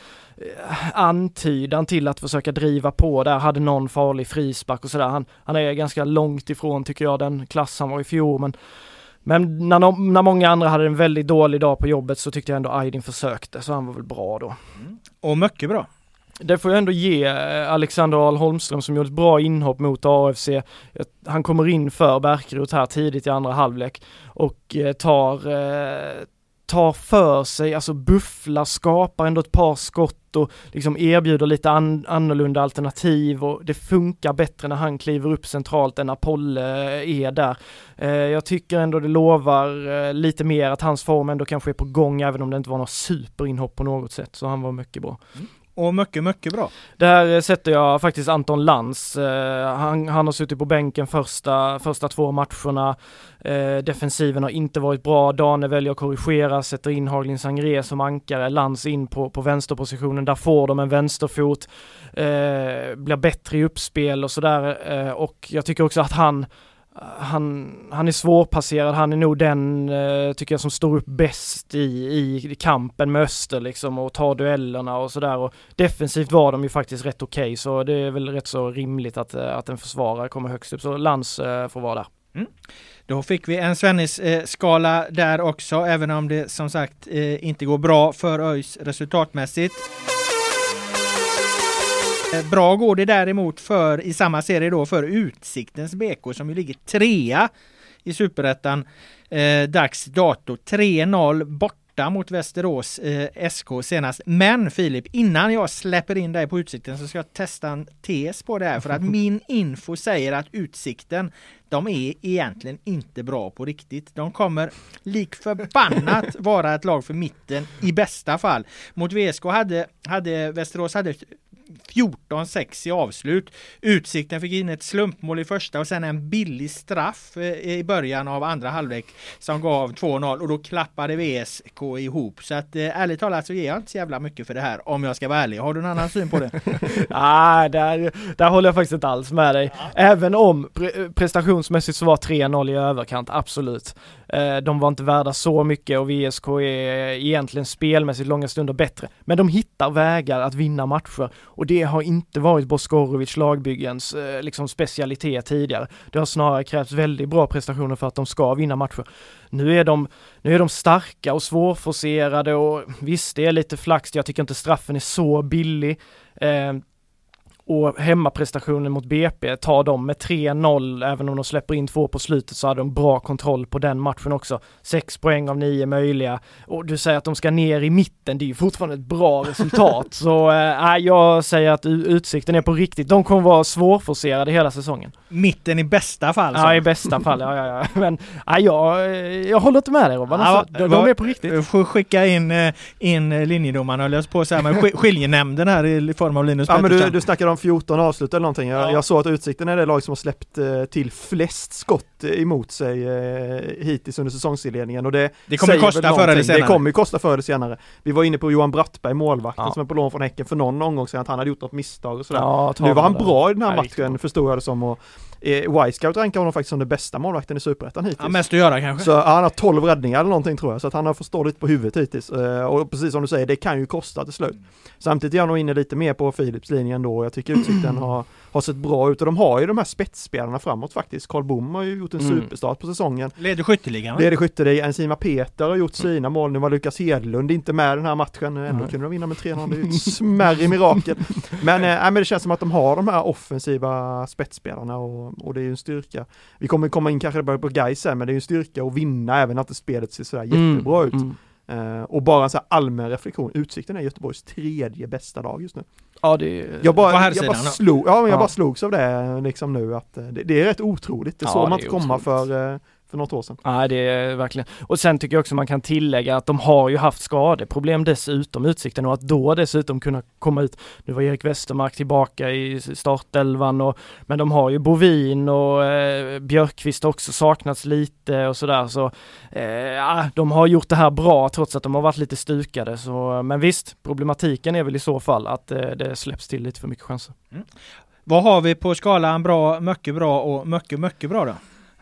antydan till att försöka driva på där, hade någon farlig frispark och sådär. Han, han är ganska långt ifrån tycker jag den klass han var i fjol, men Men när, no- när många andra hade en väldigt dålig dag på jobbet så tyckte jag ändå Aydin försökte, så han var väl bra då. Mm. Och mycket bra. Det får jag ändå ge Alexander Ahl Holmström som gjorde ett bra inhopp mot A F C. Han kommer in för Bärkerud här tidigt i andra halvlek och tar, eh, tar för sig, alltså bufflar, skapar ändå ett par skott och liksom erbjuder lite an- annorlunda alternativ, och det funkar bättre när han kliver upp centralt än när Polle är där. Eh, jag tycker ändå det lovar eh, lite mer att hans form ändå kanske är på gång, även om det inte var något superinhopp på något sätt, så han var mycket bra. Mm. Och mycket, mycket bra. Där sätter jag faktiskt Anton Lantz. Eh, han, han har suttit på bänken första, första två matcherna. Eh, defensiven har inte varit bra. Dane väljer att korrigera, sätter in Haglin Sangré som ankare. Lantz in på, på vänsterpositionen. Där får de en vänsterfot. Eh, blir bättre i uppspel och sådär. Eh, och jag tycker också att han Han, han är svårpasserad, han är nog den eh, tycker jag som står upp bäst i, i kampen med Öster liksom, och tar duellerna och sådär, och defensivt var de ju faktiskt rätt okej, okay, så det är väl rätt så rimligt att, att en försvarare kommer högst upp, så Lantz eh, får vara där. Mm. Då fick vi en Svennis-skala eh, där också, även om det som sagt eh, inte går bra för ÖIS resultatmässigt. Bra går det däremot för, i samma serie då, för Utsiktens B K som ju ligger trea i Superettan eh, dags dato. tre noll borta mot Västerås eh, S K senast. Men Filip, innan jag släpper in dig på Utsikten så ska jag testa en tes på det här, för att min info säger att Utsikten, de är egentligen inte bra på riktigt. De kommer lik förbannat vara ett lag för mitten i bästa fall. Mot V S K hade, hade Västerås hade fjorton sex i avslut. Utsikten fick in ett slumpmål i första och sen en billig straff i början av andra halvlek som gav två noll, och då klappade V S K ihop. Så att ärligt talat så ger jag inte så jävla mycket för det här, om jag ska vara ärlig. Har du en annan syn på det? Nej, där, där håller jag faktiskt inte alls med dig. Ja. Även om pre- prestationsmässigt så var tre noll i överkant, absolut. Eh, de var inte värda så mycket, och V S K är egentligen spelmässigt långa stunder bättre. Men de hittar vägar att vinna matcher. Och det har inte varit Boskorovic lagbyggens eh, liksom specialitet tidigare. Det har snarare krävts väldigt bra prestationer för att de ska vinna matcher. Nu är de, nu är de starka och svårforcerade, och visst, det är lite flax. Jag tycker inte straffen är så billig. Eh, Och hemmaprestationen mot B P tar de med tre noll, även om de släpper in två på slutet så hade de bra kontroll på den matchen också. Sex poäng av nio möjliga. Och du säger att de ska ner i mitten, det är ju fortfarande ett bra resultat. Så äh, jag säger att Utsikten är på riktigt. De kommer vara svårforcerade hela säsongen. Mitten i bästa fall? Så. Ja, i bästa fall. Ja, ja, ja. Men äh, jag, jag håller inte med dig, Robban. Alltså, ja, de, de är på riktigt. Får skicka in, in linjedomarna och lös på så här med skiljenämnden här i form av Linus Pettersson. Ja, men du, du snackar om fjorton avslut eller någonting. Jag, ja. jag såg att Utsikten är det lag som har släppt eh, till flest skott emot sig eh, hittills under säsongsinledningen, och det, det kommer kosta förr eller senare. Det kommer kosta förr eller senare. Vi var inne på Johan Brattberg, målvakten ja. som är på lån från Häcken för någon omgång sedan, att han hade gjort något misstag och sådär. Ja, nu var han där. bra i den här ja, matchen, förstod jag det som, och eh, Y-Scout rankar honom faktiskt som den bästa målvakten i Superettan hittills. Ja, mest att göra kanske. Så ja, han har tolv räddningar eller någonting tror jag, så att han har fått stå lite på huvudet hittills. Eh, och precis som du säger, det kan ju kosta till slut. Samtidigt är jag nog inne lite mer på Philips linjen då. Jag tycker Utsikten har, har sett bra ut och de har ju de här spetsspelarna framåt faktiskt. Karl Bom har ju gjort en mm. superstart på säsongen. Leder skytteligan. Leder skytteligan. Enzima Peter har gjort sina mm. mål. Nu var Lukas Hedlund inte med den här matchen. Ändå mm. kunde de vinna med tre noll. Det är ju ett smärre mirakel. Men, äh, men det känns som att de har de här offensiva spetsspelarna och, och det är ju en styrka. Vi kommer komma in kanske på Gais sen, men det är ju en styrka att vinna även att det spelet ser sådär mm. jättebra ut. Mm. Uh, och bara en så här allmän reflektion. Utsikten är Göteborgs tredje bästa lag just nu. Ja, det är... Jag bara, jag bara, slog, ja, men jag ja. bara slogs av det liksom nu. Att det, det är rätt otroligt. Det ja, såg man inte komma för... Uh, för något år sedan. Ja, det är verkligen. Och sen tycker jag också man kan tillägga att de har ju haft skadeproblem dessutom, Utsikten, och att då dessutom kunna komma ut. Nu var Erik Westermark tillbaka i startelvan, och, men de har ju Bovin och eh, Björkqvist också saknats lite och sådär. Så eh, ja, de har gjort det här bra trots att de har varit lite stukade. Så, men visst, problematiken är väl i så fall att eh, det släpps till lite för mycket chanser. Mm. Vad har vi på skalan bra, mycket bra och mycket, mycket bra då?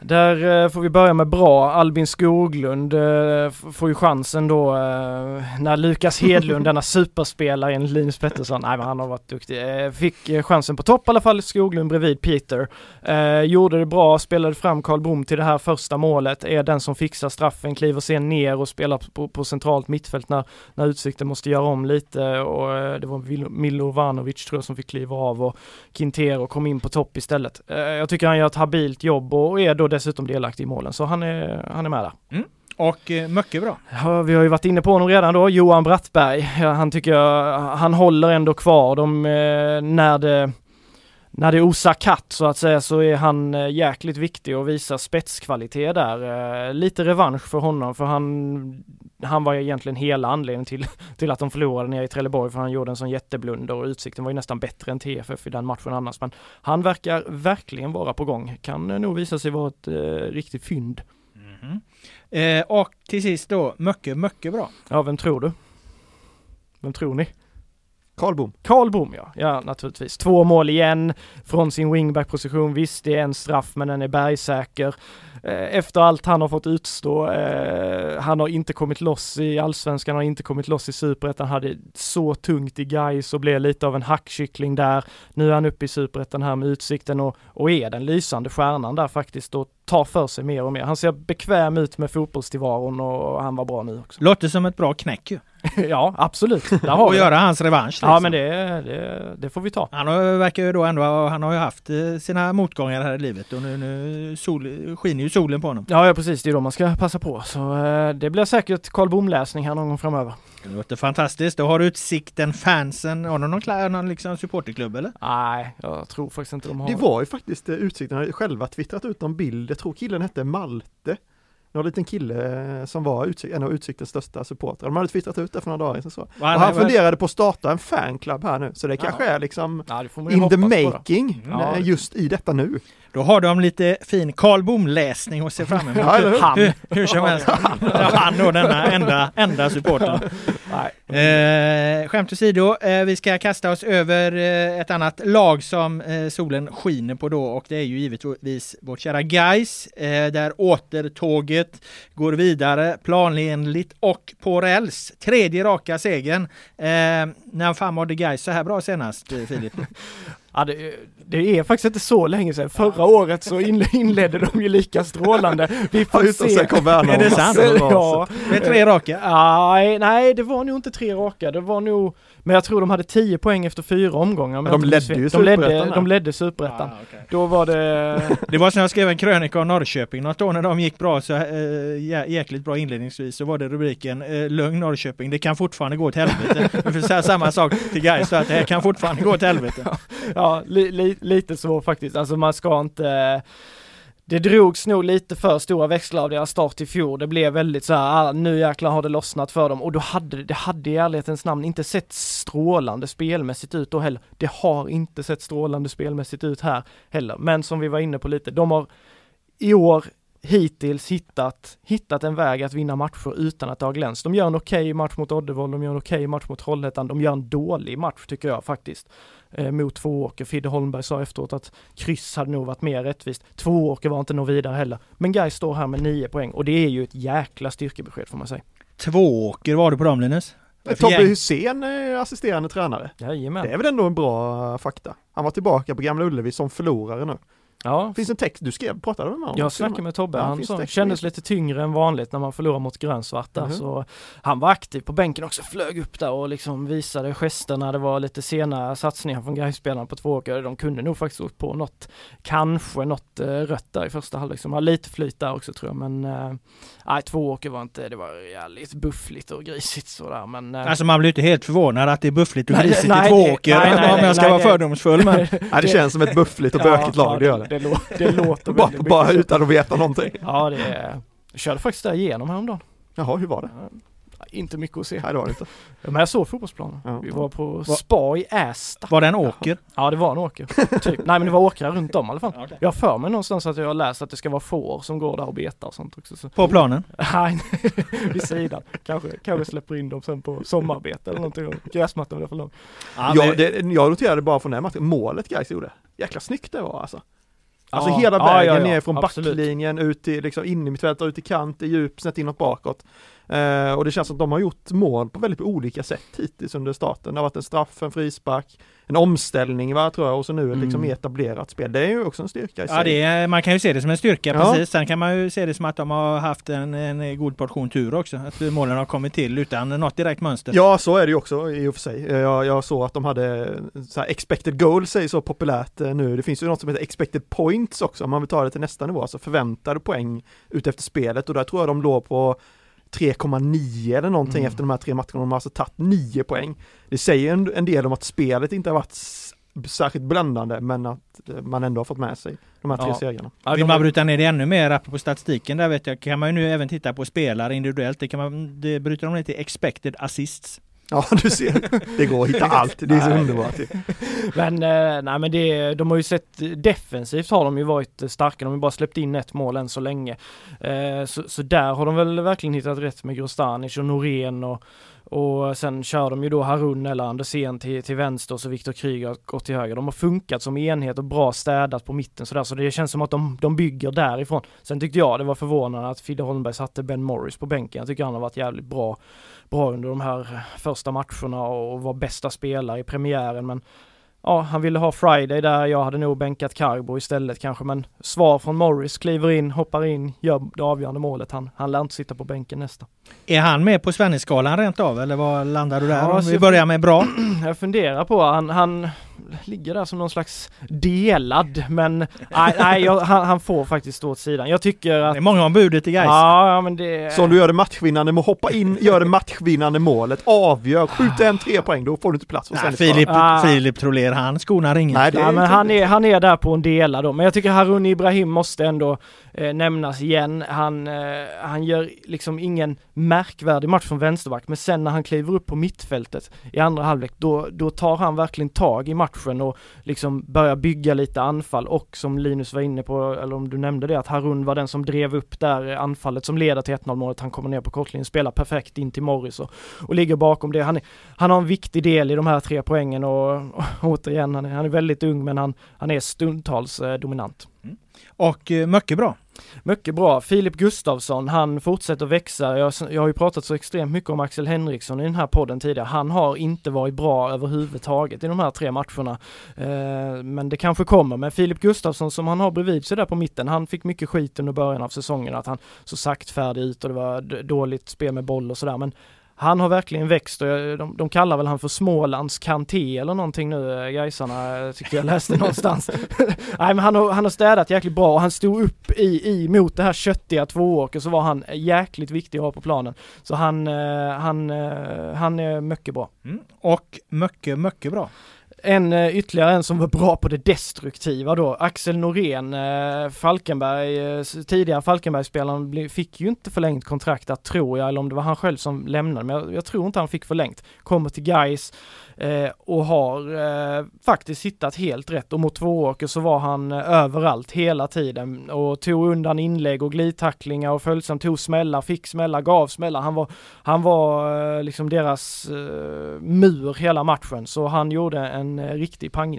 Där eh, får vi börja med bra. Albin Skoglund eh, får ju chansen då eh, när Lukas Hedlund, denna superspelare enligt Linus Pettersson, nej men han har varit duktig, eh, fick eh, chansen på topp i alla fall. Skoglund bredvid Peter. Eh, gjorde det bra, spelade fram Karl Bom till det här första målet, är den som fixar straffen, kliver sen ner och spelar på, på centralt mittfält när, när Utsikten måste göra om lite, och eh, det var Milovanovic tror jag som fick kliva av, och Quintero kom in på topp istället. Eh, jag tycker han gör ett habilt jobb och är då dessutom delaktig i målen, så han är, han är med där. Mm. Och eh, mycket bra. Ja, vi har ju varit inne på honom redan då, Johan Brattberg. Ja, han tycker jag, han håller ändå kvar de, eh, när det när det osar katt så att säga, så är han eh, jäkligt viktig och visar spetskvalitet där. Eh, lite revansch för honom, för han han var egentligen hela anledningen till, till att de förlorade nere i Trelleborg, för han gjorde en sån jätteblunder och Utsikten var ju nästan bättre än T F F i den matchen annars. Men han verkar verkligen vara på gång. Kan nog visa sig vara ett eh, riktigt fynd. Mm. Eh, och till sist då, mycket, mycket bra. Ja, vem tror du? Vem tror ni? Karl Bom. Karl Bom, ja. Ja, naturligtvis. Två mål igen från sin wingback-position. Visst, det är en straff, men den är bergsäker. Efter allt han har fått utstå, eh, han har inte kommit loss i Allsvenskan, har inte kommit loss i Superettan, hade så tungt i Gais och blev lite av en hackkyckling där. Nu är han uppe i Superettan här med Utsikten och, och är den lysande stjärnan där faktiskt och tar för sig mer och mer. Han ser bekväm ut med fotbollstillvaron och han var bra nu också. Låter som ett bra knäck ju. Ja, absolut. Där har och vi göra hans revansch. Liksom. Ja, men det, det, det får vi ta. Han har, verkar ju då ändå, han har ju haft sina motgångar här i livet och nu, nu sol, skiner ju solen på honom. Ja, ja, precis. Det är då man ska passa på. Så eh, det blir säkert Karl Bom-läsning här någon gång framöver. Det låter fantastiskt. Då har Utsikten, fansen, har de någon, någon, någon liksom supporterklubb eller? Nej, jag tror faktiskt inte de har. Det var ju faktiskt Utsikten själva twittrat ut någon bild. Jag tror killen hette Malte. En liten kille som var utsik- en av Utsiktens största supportrar. De hade twittrat ut det för några dagar sedan. Så. Och han, han funderade på att starta en fanclub här nu. Så det kanske ja. är liksom ja, in the making mm. just i detta nu. Då har de lite fin Karl Bom-läsning och se fram emot. Ja, han. Hur, hur som helst. Ja, han och denna enda, enda supporten. Eh, skämt åsido, eh, vi ska kasta oss över eh, ett annat lag som eh, solen skiner på då, och det är ju givetvis vårt kära Gais, eh, där återtåget går vidare planenligt och på räls. Tredje raka segern. Eh, när fan mådde Gais så här bra senast, Filip? Ja, det, det är faktiskt inte så länge sedan. Förra året så inledde de ju lika strålande. Vi får ja, se. Är det sant? Ja. Det är tre raka? Nej, nej, det var nog inte tre raka. Det var nog, men jag tror de hade tio poäng efter fyra omgångar. Men de ledde ju de ledde, de ledde Superettan. Ah, okay. Då var det... Det var som jag skrev en krönika om Norrköping. Något år när de gick bra, så äh, jäkligt bra inledningsvis, så var det rubriken äh, Lugn Norrköping. Det kan fortfarande gå till helvete. Vi får säga samma sak till Gais, så att det här kan fortfarande gå till helvete. Ja, li, li, lite så faktiskt. Alltså man ska inte... Det drogs nog lite för stora växlar av deras start i fjol. Det blev väldigt så här, ah, nu jäklar har det lossnat för dem. Och då hade det hade i ärlighetens namn inte sett strålande spelmässigt ut då heller. Det har inte sett strålande spelmässigt ut här heller. Men som vi var inne på lite, de har i år hittills hittat, hittat en väg att vinna matcher utan att det har glänst. De gör en okej okay match mot Oddevold, de gör en okej okay match mot Trollhättan, de gör en dålig match tycker jag faktiskt. Eh, mot Tvååker. Fidde Holmberg sa efteråt att kryss hade nog varit mer rättvist. Tvååker var inte något vidare heller. Men Gais står här med nio poäng och det är ju ett jäkla styrkebesked får man säga. Tvååker var du på dem, Linus? Tobbe Hussein är assisterande tränare. Jajamän. Det är väl ändå en bra fakta. Han var tillbaka på Gamla Ullevi som förlorare nu. Ja. Finns en text du skrev, pratade med honom? Jag snackade med Tobbe, ja, han så, kändes lite tyngre än vanligt när man förlorar mot grönsvarta, mm-hmm. så han var aktiv på bänken också, flög upp där och liksom visade gesterna. Det var lite sena satsningar från Gaisspelarna på två åker. De kunde nog faktiskt åkt på något, kanske något uh, rött där i första halvlek, som har lite flyt där också tror jag, men uh, nej, två åker var inte, det var jävligt buffligt och grisigt sådär, men uh, alltså man blir inte helt förvånad att det är buffligt och nej, grisigt nej, i två åker, nej, nej, om jag ska nej, vara nej, fördomsfull, men nej, det känns som ett buffligt och bökigt ja, lag, det gör det. Det, lå- det låter bara, bara utan att veta någonting. Ja, det är, jag körde faktiskt där igenom häromdagen. Jaha, hur var det? Ja, inte mycket att se. Nej, det var det inte. Ja, men jag såg fotbollsplanen. Ja. Vi var på var, spa i Ästa. Var det en åker? Ja, det var en åker. Typ. Nej, men det var åkrar runt om i alla fall. Okay. Jag har för mig någonstans att jag har läst att det ska vara får som går där och betar och sånt också. Så. På planen? Nej, vid sidan. Kanske, kanske släpper in dem sen på sommarbete eller någonting. Gräsmattan var för lång. Ja, ja, det, jag noterade bara från den matchen, målet Gais gjorde. Jäkla snyggt det var alltså. Alltså ja, hela vägen ja, ja, ja, ner från absolut. Backlinjen ut till liksom in i mittfältet, ut i kant, i djup, snett inåt bakåt. Uh, och det känns som att de har gjort mål på väldigt olika sätt hittills under starten. Det har varit en straff, en frispark, en omställning va, tror jag, och så nu ett liksom etablerat spel. Det är ju också en styrka i sig. Ja, det är, man kan ju se det som en styrka, ja. Precis. Sen kan man ju se det som att de har haft en, en god portion tur också. Att målen har kommit till utan något direkt mönster. Ja, så är det ju också i och för sig. Jag, jag såg att de hade så här, expected goals är så populärt nu. Det finns ju något som heter expected points också, om man vill ta det till nästa nivå. Alltså förväntade poäng ut efter spelet, och där tror jag de låg på tre komma nio eller någonting mm. efter de här tre matcherna. De har alltså tagit nio poäng. Det säger en, en del om att spelet inte har varit s- särskilt bländande, men att man ändå har fått med sig de här tre ja. segrarna. Vill man bryta ner det ännu mer på statistiken, där vet jag, kan man ju nu även titta på spelare individuellt. Det kan man, det bryter de ner till expected assists. Ja, du ser. Det går att hitta allt. Det är så underbart. Men, eh, nej, men det, de har ju sett defensivt har de ju varit starka. De har ju bara släppt in ett mål än så länge. Eh, så, så där har de väl verkligen hittat rätt med Grostanic och Norén och Och sen kör de ju då Harun eller Andersen till, till vänster och så Viktor Kryger går till höger. De har funkat som enhet och bra städat på mitten sådär. Så det känns som att de, de bygger därifrån. Sen tyckte jag det var förvånande att Fidde Holmberg satte Ben Morris på bänken. Jag tycker han har varit jävligt bra, bra under de här första matcherna och var bästa spelare i premiären. Men ja, han ville ha Friday där. Jag hade nog bänkat Carbo istället kanske. Men svar från Morris, kliver in, hoppar in, gör det avgörande målet. Han, han lär inte sitta på bänken nästa. Är han med på Svenneskalan rent av? Eller vad landar du där? Ja, om vi börjar med bra. Jag funderar på, han, han ligger där som någon slags delad. Men nej, nej jag, han, han får faktiskt stå åt sidan. Jag tycker att... Det är många om budet i Gais. Ja, ja, men det... Så om du gör det matchvinnande med hoppa in, gör det matchvinnande målet, avgör, skjut en tre poäng, då får du inte plats. Nej, Filip, ah. Filip Troller, han skonar ingen. Nej, det ja, men han är, han är där på en delad då. Men jag tycker Harun Ibrahim måste ändå eh, nämnas igen. Han, eh, han gör liksom ingen märkvärdig match från vänsterback, men sen när han kliver upp på mittfältet i andra halvlek, då, då tar han verkligen tag i matchen och liksom börjar bygga lite anfall. Och som Linus var inne på, eller om du nämnde det, att Harun var den som drev upp där anfallet som leder till ett noll målet. Han kommer ner på kortlinjen, spelar perfekt in till Morris och, och ligger bakom det. Han, är, han har en viktig del i de här tre poängen och, och återigen, han är, han är väldigt ung, men han, han är stundtals eh, dominant. Mm. Och eh, mycket bra. Mycket bra. Filip Gustafsson, han fortsätter växa. Jag, jag har ju pratat så extremt mycket om Axel Henriksson i den här podden tidigare. Han har inte varit bra överhuvudtaget i de här tre matcherna. Eh, men det kanske kommer. Men Filip Gustafsson som han har bredvid sig där på mitten, han fick mycket skit under början av säsongen att han så saktfärdig ut och det var d- dåligt spel med boll och sådär. Men han har verkligen växt och de, de kallar väl han för Smålands Kanté eller någonting nu, Gaisarna, tyckte jag läste någonstans. Nej, men han har, han har städat jäkligt bra och han stod upp i, i mot det här köttiga tvååker, så var han jäkligt viktig att ha på planen. Så han, han, han är mycket bra. Mm. Och mycket, mycket bra. En ytterligare en som var bra på det destruktiva då, Axel Norén, eh, Falkenberg, eh, tidigare Falkenbergsspelaren fick ju inte förlängt kontrakt, att tror jag, eller om det var han själv som lämnade, men jag, jag tror inte han fick förlängt. Kommer till Gais eh, och har eh, faktiskt hittat helt rätt, och mot Tvååker så var han eh, överallt hela tiden och tog undan inlägg och glidtacklingar och följsamt tog smällar, fick smällar, gav smällar. Han var, han var eh, liksom deras eh, mur hela matchen, så han gjorde en en riktig panginsats.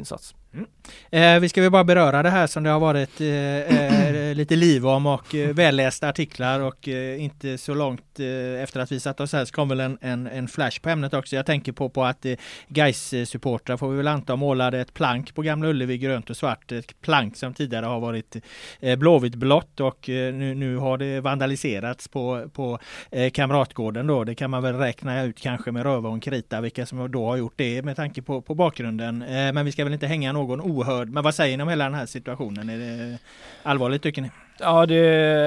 Mm. Eh, vi ska väl bara beröra det här som det har varit eh, eh, lite liv om och eh, vällästa artiklar och eh, inte så långt eh, efter att vi satt oss här så kom väl en, en, en flash på ämnet också. Jag tänker på, på att eh, Gais-supportrar får vi väl anta målade ett plank på Gamla Ullevi grönt och svart. Ett plank som tidigare har varit eh, blåvitt blått och eh, nu, nu har det vandaliserats på, på eh, Kamratgården då. Det kan man väl räkna ut kanske med röva och en krita vilka som då har gjort det med tanke på, på bakgrunden. Eh, men vi ska väl inte hänga någon ohörd. Men vad säger ni om hela den här situationen? Är det allvarligt tycker ni? Ja, det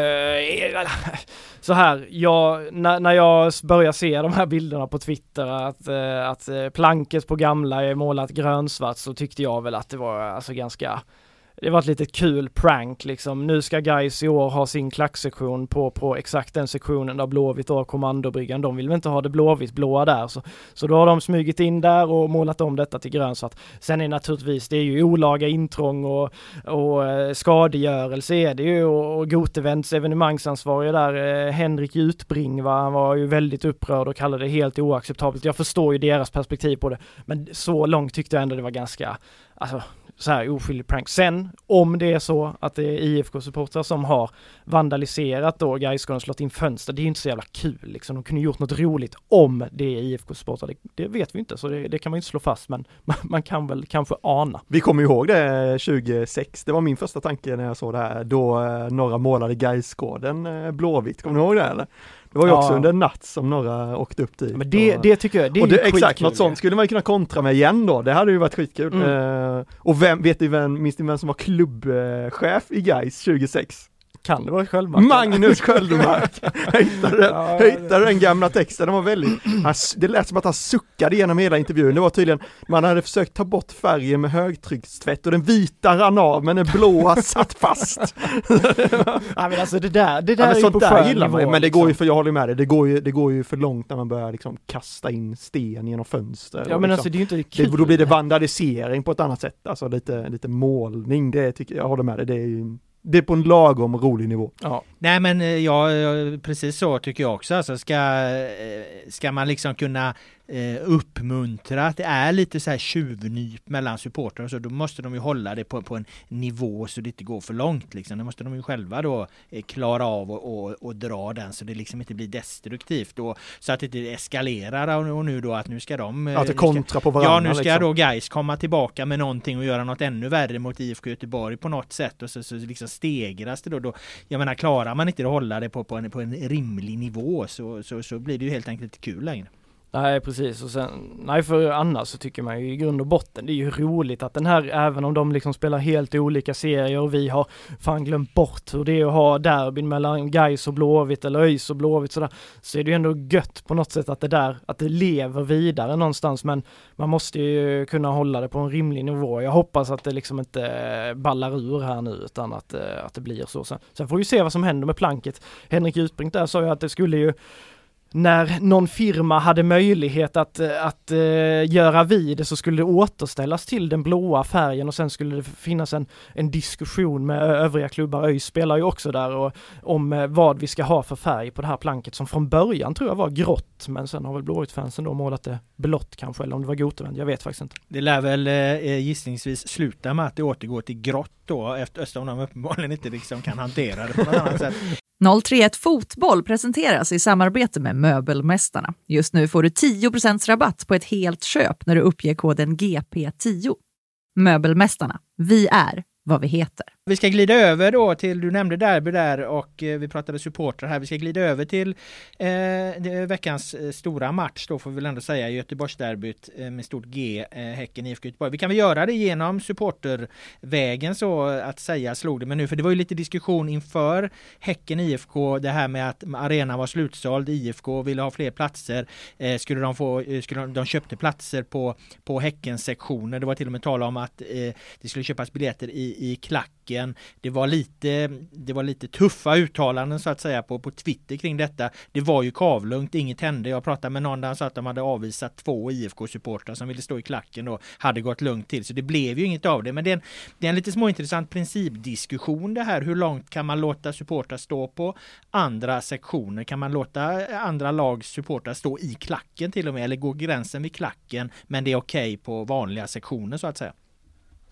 är så här. Jag, när, när jag börjar se de här bilderna på Twitter att, att planket på Gamla är målat grönsvart så tyckte jag väl att det var alltså ganska det var ett litet kul prank liksom. Nu ska Gais i år ha sin klacksektion på, på exakt den sektionen där Blåvitt har kommandobryggan. De vill väl inte ha det blåvitt blåa där. Så, så då har de smugit in där och målat om detta till grönsvart. Sen är naturligtvis, det är ju olaga intrång och, och skadegörelse är det ju. Och, och Gotevents evenemangsansvarige där, eh, Henrik Jutbring, va? Han var ju väldigt upprörd och kallade det helt oacceptabelt. Jag förstår ju deras perspektiv på det. Men så långt tyckte jag ändå det var ganska, alltså så här oskyldig prank. Sen, om det är så att det är I F K-supportrar som har vandaliserat då Gaisgården och slått in fönster, det är ju inte så jävla kul liksom. De kunde gjort något roligt om det är I F K-supportrar. Det, det vet vi inte, så det, det kan man inte slå fast, men man, man kan väl kanske ana. Vi kommer ihåg det tjugohundrasex, det var min första tanke när jag såg det här, då eh, några målade Gaisgården eh, blåvitt. Kommer ni ihåg det eller? Det var ju också ja. under natt som några åkte upp dit. Men det, det tycker jag, det är och det, ju exakt, skitkul. Något sånt skulle man kunna kontra med igen då. Det hade ju varit skitkul. Mm. Uh, och vem, vet ni vem, minns ni vem som var klubbchef i Gais tjugohundrasex? Kan det vara Sköldmark? Magnus Sköldmark. Hittade, ja, hittade den gamla texten. Den var väldigt, han, det lät som att han suckade genom hela intervjun. Det var tydligen, man hade försökt ta bort färgen med högtryckstvätt och den vita rann av men den blåa satt fast. Ja, men alltså det där, det där ja, är ju på där gillar man. Men det liksom. går ju för, jag håller med dig, det går ju, det går ju för långt när man börjar liksom kasta in sten genom fönster. Ja, men liksom. alltså det är ju inte kul. Det, då blir det vandalisering på ett annat sätt. Alltså lite, lite målning, det tycker jag, jag håller med dig. Det är ju Det är på en lagom rolig nivå. Ja. Nej men ja, precis så tycker jag också. Alltså ska, ska man liksom kunna eh, uppmuntra att det är lite så här tjuvnyp mellan supportrar så då måste de ju hålla det på, på en nivå så det inte går för långt liksom. Det måste de ju själva då eh, klara av och, och, och dra den så det liksom inte blir destruktivt och så att det inte eskalerar och, och nu då att nu ska de eh, att det kontra på varandra. Ja, nu ska liksom. då Gais komma tillbaka med någonting och göra något ännu värre mot I F K Göteborg på något sätt och så, så liksom stegras det då, då. Jag menar, klarar man inte att hålla det på, på, en, på en rimlig nivå så, så, så blir det ju helt enkelt inte kul längre. Nej, precis. Och sen, nej, för annars så tycker man ju i grund och botten, det är ju roligt att den här, även om de liksom spelar helt olika serier och vi har fan glömt bort hur det är att ha derbyn mellan Gais och Blåvitt eller ÖIS och Blåvitt sådär, så är det ju ändå gött på något sätt att det där, att det lever vidare någonstans, men man måste ju kunna hålla det på en rimlig nivå. Jag hoppas att det liksom inte ballar ur här nu, utan att, att det blir så. Sen, sen får vi se vad som händer med planket. Henrik Jutbrink där sa ju att det skulle ju när någon firma hade möjlighet att, att uh, göra vid det så skulle det återställas till den blåa färgen och sen skulle det finnas en, en diskussion med övriga klubbar. ÖIS spelar ju också där och, om uh, vad vi ska ha för färg på det här planket som från början tror jag var grått, men sen har väl Blåvitt-fansen då målat det blått kanske, eller om det var Gotevänd, jag vet faktiskt inte. Det lär väl uh, gissningsvis sluta med att det återgår till grått då eftersom de uppenbarligen inte liksom kan hantera det på något annat sätt. noll tre ett Fotboll presenteras i samarbete med Möbelmästarna. Just nu får du tio procent rabatt på ett helt köp när du uppger koden G P tio. Möbelmästarna, vi är vad vi heter. Vi ska glida över då till, du nämnde derby där och eh, vi pratade supportrar här. Vi ska glida över till eh, det, veckans eh, stora match då får vi väl ändå säga, Göteborgsderbyt eh, med stort G, eh, Häcken I F K Göteborg. Vi kan väl göra det genom supportervägen så att säga slog det, men nu för det var ju lite diskussion inför Häcken I F K, det här med att arenan var slutsåld, I F K ville ha fler platser, eh, skulle de få, eh, skulle de, de köpte platser på, på Häckens sektioner, det var till och med tal om att eh, det skulle köpas biljetter i, i klacken. Det var lite det var lite tuffa uttalanden så att säga på, på Twitter kring detta. Det var ju kavlugnt, inget hände. Jag pratade med någon där så att de hade avvisat två I F K-supportrar som ville stå i klacken och hade gått lugnt till. Så det blev ju inget av det. Men det är en, det är en lite småintressant principdiskussion det här. Hur långt kan man låta supportrar stå på andra sektioner? Kan man låta andra lags supportrar stå i klacken till och med? Eller går gränsen vid klacken men det är okej på vanliga sektioner så att säga?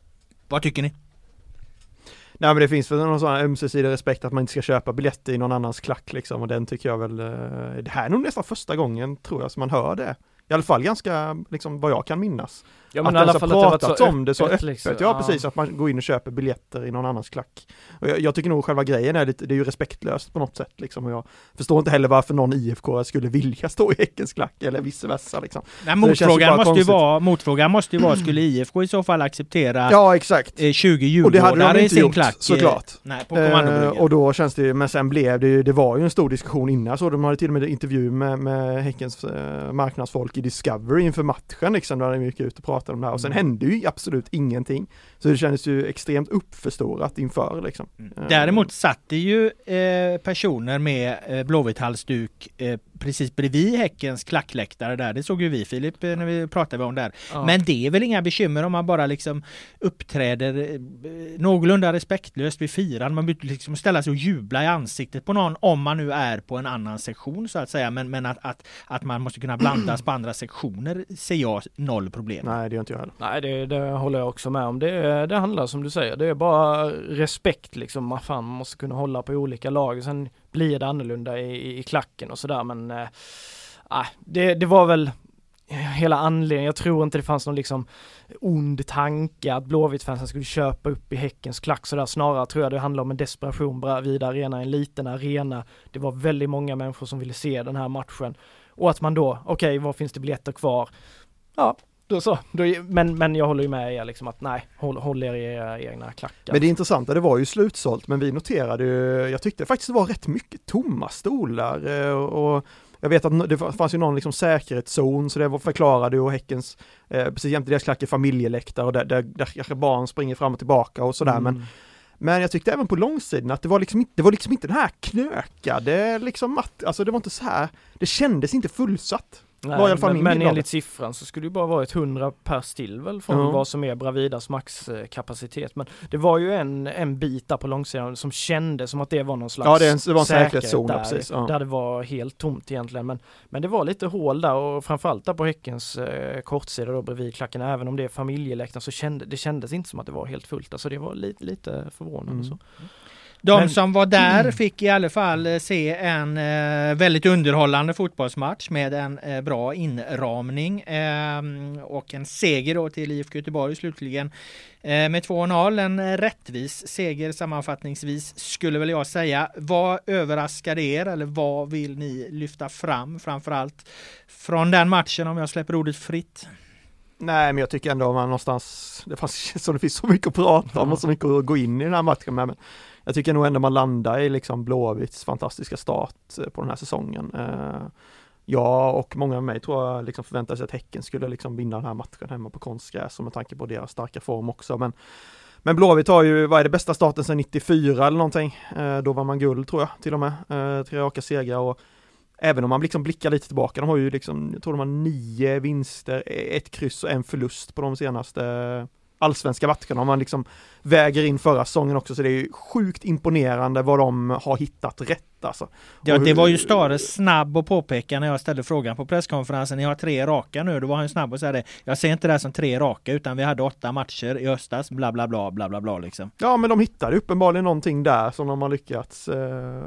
Vad tycker ni? Nej, men det finns väl någon sån här ömsesidig respekt att man inte ska köpa biljetter i någon annans klack liksom, och den tycker jag väl, det här är nog nästan första gången tror jag som man hör det. I alla fall ganska, liksom vad jag kan minnas. Ja, men att i alla fall att det pratat så om det så öppet. Liksom. Ja, precis, att man går in och köper biljetter i någon annans klack. Och jag, jag tycker nog själva grejen är lite, det är ju respektlöst på något sätt liksom, och jag förstår inte heller varför någon I F K skulle vilja stå i Häckens klack eller vice versa liksom. Nej, motfrågan måste ju vara, motfrågan måste ju vara, skulle I F K i så fall acceptera ja, exakt. tjugo djurgårdare i sin gjort, klack? Såklart. Nej, på kommandobryggen. Eh, och då känns det ju, men sen blev det ju, det var ju en stor diskussion innan, så de hade till och med en intervju med, med Häckens eh, marknadsfolk i Discovery inför matchen liksom, där de gick ut och pratade om det här, och sen mm. hände ju absolut ingenting. Så det kändes ju extremt uppförstorat inför liksom. Mm. Däremot satt det ju eh, personer med eh, blåvitt halsduk eh, precis bredvid Häckens klackläktare där. Det såg ju vi, Filip, när vi pratade om där. Ja. Men det är väl inga bekymmer om man bara liksom uppträder eh, någorlunda respektlöst vid firan. Man vill liksom ställa sig och jubla i ansiktet på någon om man nu är på en annan sektion så att säga. Men, men att, att, att man måste kunna blandas på andra sektioner ser jag noll problem. Nej, det gör inte jag heller. Nej, det, det håller jag också med om. Det, det handlar som du säger, det är bara respekt liksom. Man fan måste kunna hålla på olika lag. Sen blir det annorlunda i, i klacken och sådär, men äh, det, det var väl hela anledningen. Jag tror inte det fanns någon liksom ond tanke att Blåvitt-fansen skulle köpa upp i Häckens klack så där. Snarare tror jag det handlar om en desperation vid arena, en liten arena. Det var väldigt många människor som ville se den här matchen. Och att man då, okej, okay, vad finns det biljetter kvar? Ja, då så. Då, men, men jag håller ju med er liksom att nej, håll, håll er i era egna klackar. Men det intressanta, det var ju slutsålt, men vi noterade ju, jag tyckte faktiskt det var rätt mycket tomma stolar och, och jag vet att det fanns ju någon liksom säkerhetszon, så det var förklarade ju, och Häckens, eh, precis jämte deras klack är familjeläktare och där, där, där kanske barn springer fram och tillbaka och sådär, mm. men Men jag tyckte även på långsidan att det var liksom inte, det var liksom inte den här knökade liksom att, alltså det var inte så här, det kändes inte fullsatt. Nej, var i alla fall men, men enligt siffran så skulle det bara vara ett hundra per still väl från mm. vad som är Bravidas maxkapacitet. Men det var ju en, en bit där på långsidan som kändes som att det var någon slags ja, det, en, det var en säkerhetszon där, precis, ja. Där det var helt tomt egentligen. Men, men det var lite hål där, och framförallt där på Häckens eh, kortsida då bredvid klacken, även om det är familjeläktaren så kände, det kändes inte som att det var helt fullt. Alltså det var lite, lite förvånande mm. så. De Men, som var där mm. fick i alla fall se en eh, väldigt underhållande fotbollsmatch med en eh, bra inramning eh, och en seger då till I F K Göteborg slutligen eh, med två noll. En rättvis seger sammanfattningsvis skulle väl jag säga. Vad överraskade er, eller vad vill ni lyfta fram framförallt från den matchen, om jag släpper ordet fritt? Nej, men jag tycker ändå man någonstans, det fanns så det finns så mycket att prata om och så mycket att gå in i den här matchen med, men jag tycker nog ändå man landar i liksom Blåvitts fantastiska start på den här säsongen. Uh, jag och många av mig tror jag liksom förväntade sig att Häcken skulle liksom vinna den här matchen hemma på konstgräs, och med tanke på deras starka form också. Men, men Blåvitt har ju, vad är det, bästa starten sedan nittiofyra eller någonting. Uh, då var man guld tror jag till och med. Uh, tre raka segrar, och även om man liksom blickar lite tillbaka, de har ju liksom, jag tror de har nio vinster, ett kryss och en förlust på de senaste allsvenska matcherna. Om man liksom väger in förra säsongen också, så det är ju sjukt imponerande vad de har hittat rätt alltså. Ja, det var ju Stare snabb att påpeka när jag ställde frågan på presskonferensen. Ni har tre raka nu, då var han snabb och säga det. Jag ser inte det som tre raka, utan vi hade åtta matcher i höstas, bla bla bla bla bla bla liksom. Ja, men de hittade uppenbarligen någonting där som de har lyckats eh...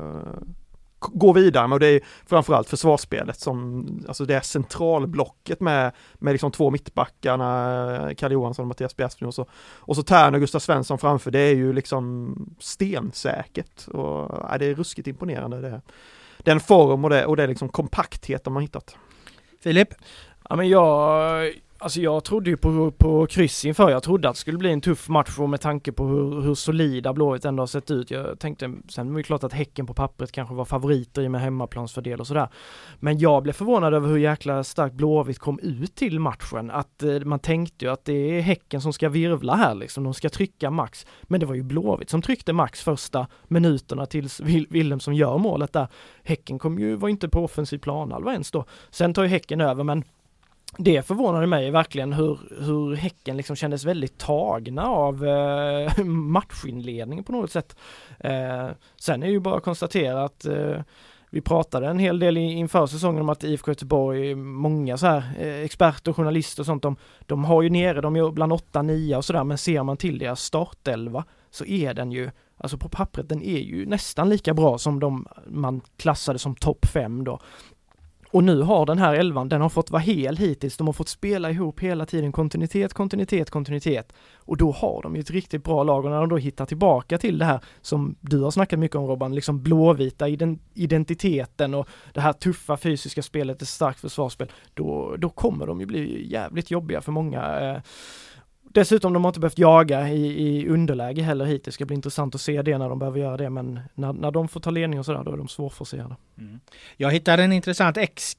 gå vidare med, och det är framförallt försvarsspelet som, alltså det är centralblocket med, med liksom två mittbackarna, Kalle Johansson och Mattias Bjärsvin, och så, och så Tern och Gustav Svensson framför. Det är ju liksom stensäkert, och ja, det är ruskigt imponerande det. Den form och det, och det är liksom kompakthet de har hittat. Filip? Ja, men jag Alltså jag trodde ju på, på kryss inför. Jag trodde att det skulle bli en tuff match, med tanke på hur, hur solida Blåvitt ändå har sett ut. Jag tänkte, sen var det klart att Häcken på pappret kanske var favoriter i med hemmaplansfördel och sådär. Men jag blev förvånad över hur jäkla starkt Blåvitt kom ut till matchen. Att eh, man tänkte ju att det är Häcken som ska virvla här liksom. De ska trycka max. Men det var ju Blåvitt som tryckte max första minuterna tills Willem som gör målet där. Häcken kom ju, var inte på offensiv planhalva ens då. Sen tar ju Häcken över, men det förvånade mig verkligen hur, hur Häcken liksom kändes väldigt tagna av eh, matchinledningen på något sätt. Eh, sen är ju bara att konstatera att eh, vi pratade en hel del inför säsongen om att I F K Göteborg, många så här eh, experter och journalister och sånt, de, de har ju nere, de är bland åtta nio och sådär, men ser man till deras startelva så är den ju, alltså på pappret, den är ju nästan lika bra som de man klassade som topp fem då. Och nu har den här elvan, den har fått vara hel hittills. De har fått spela ihop hela tiden. Kontinuitet, kontinuitet, kontinuitet. Och då har de ju ett riktigt bra lag. Och när de då hittar tillbaka till det här som du har snackat mycket om, Robban, liksom blåvita identiteten och det här tuffa fysiska spelet, ett starkt försvarsspel, då, då kommer de ju bli jävligt jobbiga för många. Dessutom de har inte behövt jaga i, i underläge heller hittills. Det ska bli intressant att se det när de behöver göra det. Men när, när de får ta ledning och sådär, då är de svårforcerade. Mm. Jag hittade en intressant X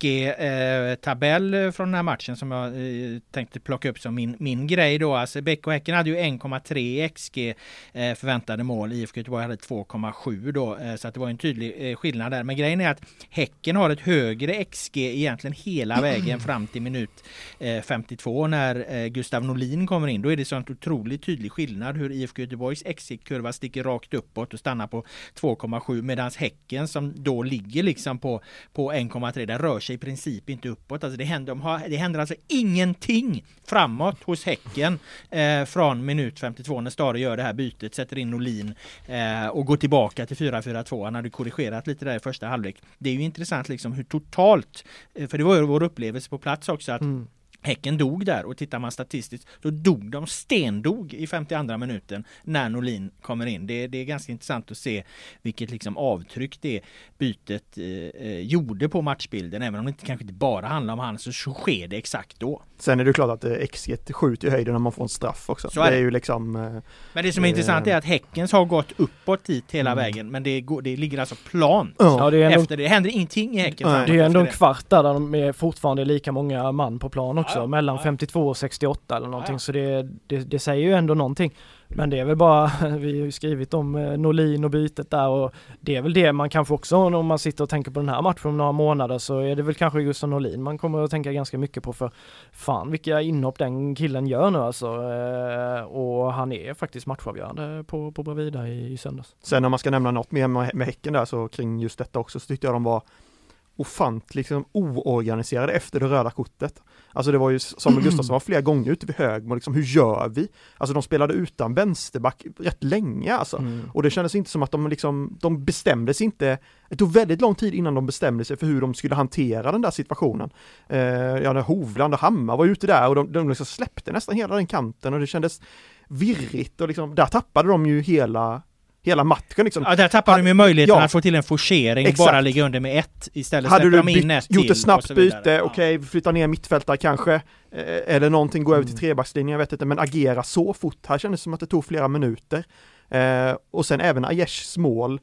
G-tabell eh, från den här matchen som jag eh, tänkte plocka upp som min, min grej då. Alltså Bäck och Häcken hade ju en komma tre X G eh, förväntade mål. I F K Göteborg hade två komma sju då. Eh, så att det var en tydlig eh, skillnad där. Men grejen är att Häcken har ett högre X G egentligen hela vägen fram till minut eh, femtiotvå när eh, Gustav Norlin kommer in. Då är det så en otroligt tydlig skillnad hur I F K Göteborgs X G-kurva sticker rakt uppåt och stannar på två komma sju, medan Häcken som då ligger liksom på, på en komma tre, där rör sig i princip inte uppåt. Alltså det händer, de har, det händer alltså ingenting framåt hos Häcken eh, från minut femtiotvå när Stare gör det här bytet, sätter in Norlin eh, och går tillbaka till fyra fyra två. Han hade korrigerat lite där i första halvlek. Det är ju intressant liksom hur totalt, eh, för det var ju vår upplevelse på plats också att mm. Häcken dog där, och tittar man statistiskt då dog de stendog i femtioandra minuten när Norlin kommer in. Det, det är ganska intressant att se vilket liksom avtryck det bytet eh, gjorde på matchbilden. Även om det inte, kanske inte bara handlar om han, så, så sker det exakt då. Sen är det klart att X G skjuter i höjden när man får en straff också. Så är det. Det är ju liksom, eh, men det som är eh, intressant är att Häckens har gått uppåt dit hela mm. vägen, men det, går, det ligger alltså plant. Ja, det är ändå, efter det. Det händer ingenting i Häcken. Ja, det är ändå en kvart där, där de är fortfarande lika många man på plan också. Ja, mellan ja. femtiotvå och sextioåtta eller någonting, ja. Så det, det, det säger ju ändå någonting. Men det är väl bara, vi har ju skrivit om eh, Norlin och bytet där, och det är väl det man kanske också, om man sitter och tänker på den här matchen om några månader, så är det väl kanske just Norlin man kommer att tänka ganska mycket på, för fan vilka inhopp den killen gör nu alltså, eh, och han är faktiskt matchavgörande på, på Bravida i, i söndags. Sen om man ska nämna något mer med, med Häcken där, så kring just detta också, så tyckte jag de var ofantligt liksom oorganiserade efter det röda kortet. Alltså det var ju Samuel Gustafsson var flera gånger ute vid hög, liksom, hur gör vi? Alltså de spelade utan vänsterback rätt länge alltså. Mm. Och det kändes inte som att de liksom, de bestämde sig inte, det tog väldigt lång tid innan de bestämde sig för hur de skulle hantera den där situationen. Eh, ja, när Hovland och Hammar var ute där, och de, de liksom släppte nästan hela den kanten, och det kändes virrigt, och liksom, där tappade de ju hela Hela matchen liksom. Ja, där tappar de ju möjligheten ja. att få till en forcering. Exakt. Bara ligga under med ett. Istället hade släpper du de in ett gjort ett snabbt byte, ja. okej, okay, flytta ner mittfältare kanske, eh, eller någonting, gå mm. över till trebackslinjen, jag vet inte, men agera så fort. Här kändes det som att det tog flera minuter. Eh, och sen även Ayeshs mål,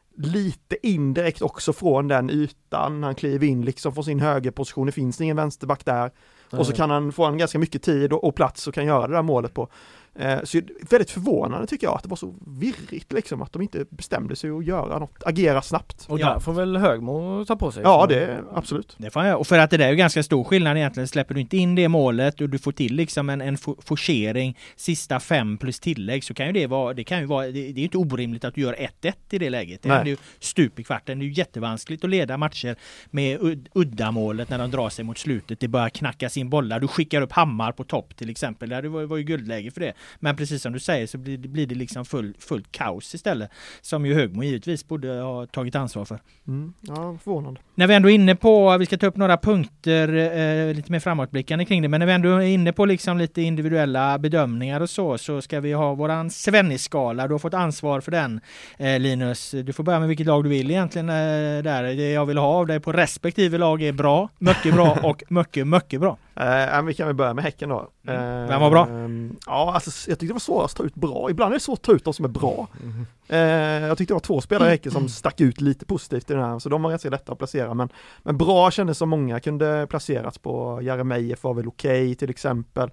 lite indirekt också från den ytan. Han kliver in liksom från sin högerposition, det finns ingen vänsterback där. Mm. Och så kan han få en ganska mycket tid och, och plats och kan göra det där målet på. Eh, så väldigt förvånande tycker jag att det var så virrigt liksom, att de inte bestämde sig att göra något, agera snabbt. Och där får väl Högmo ta på sig. Ja, det absolut. Det får jag. Och för att det där är ju ganska stor skillnad egentligen, släpper du inte in det målet och du får till liksom en, en forcering sista fem plus tillägg, så kan ju det vara, det kan ju vara, det, det är ju inte orimligt att du gör ett ett i det läget. Det är ju stup i kvarten. Det är ju jättevanskligt att leda matcher med ud- udda målet när de drar sig mot slutet. Det börjar knackas in bollar. Du skickar upp Hammar på topp till exempel. Det var, var ju guldläge för det. Men precis som du säger så blir, blir det liksom full, fullt kaos istället, som ju Högmo givetvis borde ha tagit ansvar för. Mm, ja, förvånande. När vi ändå är inne på, vi ska ta upp några punkter eh, lite mer framåtblickande kring det, men när vi ändå är inne på liksom lite individuella bedömningar och så, så ska vi ha våran Svennis-skala. Du har fått ansvar för den, eh, Linus. Du får börja med vilket lag du vill egentligen eh, där. Det jag vill ha av dig på respektive lag är bra, mycket bra och mycket, mycket bra. Eh, vi kan väl börja med Häcken då. Mm. Vem var bra? Eh, ja, alltså jag tyckte det var svårt att ta ut bra. Ibland är det svårt att ta ut de som är bra. Mm. Eh, jag tyckte det var två spelare i Häcken som stack ut lite positivt i den här, så de var ganska lätta att placera. Men, men bra kändes som många kunde placerats på. Jeremejeff var väl okej okay, till exempel.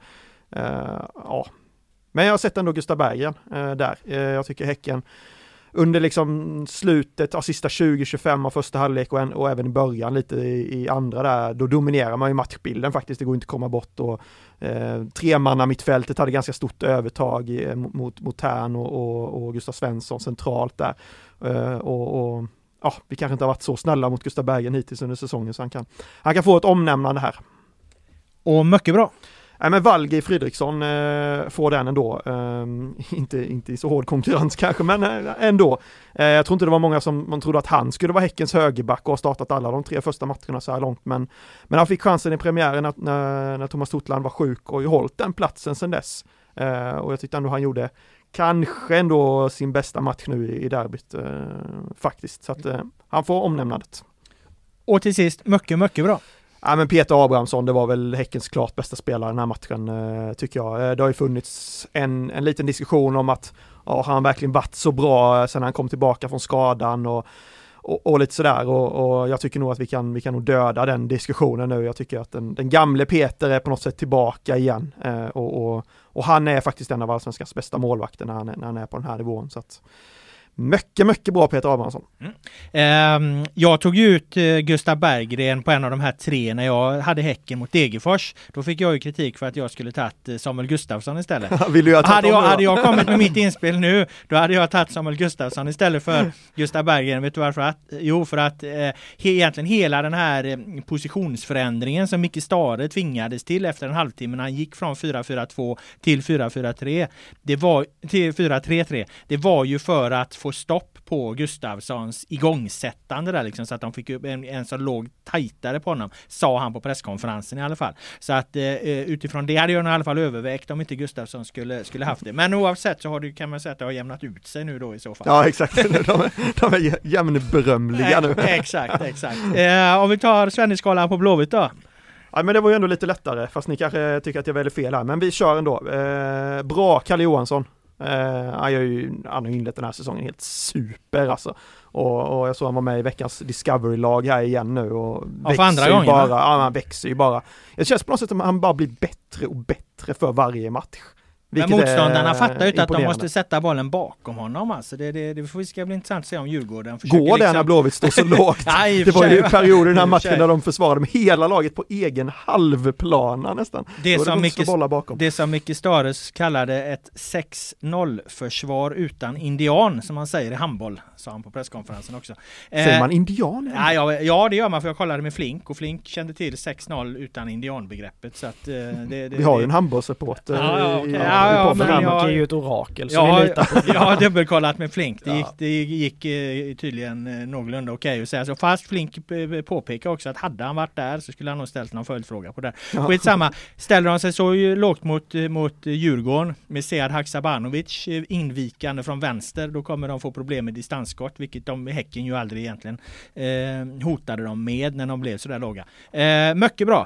Eh, ja. Men jag har sett ändå Gustav Berggren eh, där. Eh, jag tycker Häcken under liksom slutet av sista tjugo till tjugofem av första halvlek och, en, och även i början lite i, i andra där, då dominerar man ju matchbilden faktiskt, det går inte att komma bort, och eh, tremanna mittfältet hade ganska stort övertag i, mot, mot Tern och, och, och Gustav Svensson centralt där, eh, och, och ja, vi kanske inte har varit så snälla mot Gustav Berggren hittills under säsongen, så han kan, han kan få ett omnämnande här. Och mycket bra. Nej, men Valgi Fridriksson eh, får den ändå. Eh, inte, inte i så hård konkurrens kanske, men eh, ändå. Eh, jag tror inte det var många som man trodde att han skulle vara Häckens högerback och ha startat alla de tre första matcherna så här långt. Men, men han fick chansen i premiären att, när, när Thomas Totland var sjuk och har hållit den platsen sedan dess. Eh, och jag tyckte ändå han gjorde kanske ändå sin bästa match nu i, i derbyt eh, faktiskt. Så att eh, han får omnämnandet. Och till sist, mycket, mycket bra. Ja, men Peter Abrahamsson, det var väl Häckens klart bästa spelare den här matchen, eh, tycker jag. Det har ju funnits en, en liten diskussion om att ja, han verkligen varit så bra sen han kom tillbaka från skadan och, och, och lite sådär. Och, och jag tycker nog att vi kan, vi kan nog döda den diskussionen nu. Jag tycker att den, den gamle Peter är på något sätt tillbaka igen. Eh, och, och, och han är faktiskt en av allsvenskans bästa målvakter när han, när han är på den här nivån. Så att mycket, mycket bra Peter Abrahamsson. Mm. Um, jag tog ju ut uh, Gustav Berggren på en av de här tre när jag hade Häcken mot Degerfors. Då fick jag ju kritik för att jag skulle tagit uh, Samuel Gustafsson istället. Vill du jag hade, jag, hade jag kommit med mitt inspel nu, då hade jag tagit Samuel Gustafsson istället för Gustav Berggren. Vet du varför? Att, jo, för att uh, he, egentligen hela den här uh, positionsförändringen som Micke Stare tvingades till efter en halvtimme när han gick från fyra fyra två till fyra fyra tre, det var till fyra tre tre. Det var ju för att få stopp på Gustafssons igångsättande där liksom, så att de fick upp en, en som låg tajtare på honom, sa han på presskonferensen i alla fall. Så att eh, utifrån det hade jag i alla fall övervägt om inte Gustafsson skulle, skulle haft det. Men oavsett så har det, kan man säga att det har jämnat ut sig nu då i så fall. Ja, exakt. De är, de är jämnberömliga nu. Exakt, exakt. Eh, om vi tar Svennisskalan på Blåvitt då. Ja, men det var ju ändå lite lättare, fast ni kanske tycker att jag väljer fel här. Men vi kör ändå. Eh, bra, Kalle Johansson. Uh, han, ju, han har inlett den här säsongen helt super alltså. Och, och jag såg han var med i veckans Discovery-lag här igen nu och ja, för andra gången, bara, ja, han växer ju bara. Det känns på något sätt som att han bara blir bättre och bättre för varje match. Men motståndarna fattar ju att de måste sätta bollen bakom honom. Alltså det, det, det ska bli intressant att se om Djurgården försöker. Går det liksom... när Blåvitt står så lågt? Nej, det var ju perioder i den här matchen där de försvarade med hela laget på egen halvplana nästan. Det som, Micke, det som Micke Stares kallade ett sex noll försvar utan indian, som man säger i handboll, sa han på presskonferensen också. Säger eh, man indian? Ja, ja, ja, det gör man, för jag kollade med Flink och Flink kände till sex noll utan indianbegreppet. Så att, eh, det, det, vi har det, ju en handbollsreporter. Ja, ja, okay. i, Ja, ja, men jag, jag är ju ett orakel så ja, vi litar på. Jag har dubbelkollat med Flink. Det gick, ja. det gick eh, tydligen eh, någorlunda okej okay att säga så. Fast Flink eh, påpekar också att hade han varit där så skulle han nog ställt någon följdfråga på det. Ja. Skitsamma. Ställer de sig så lågt mot, mot Djurgården med Sead Haksabanovic eh, invikande från vänster, då kommer de få problem med distansskott, vilket de i Häcken ju aldrig egentligen eh, hotade dem med när de blev så där låga. Eh, mycket bra.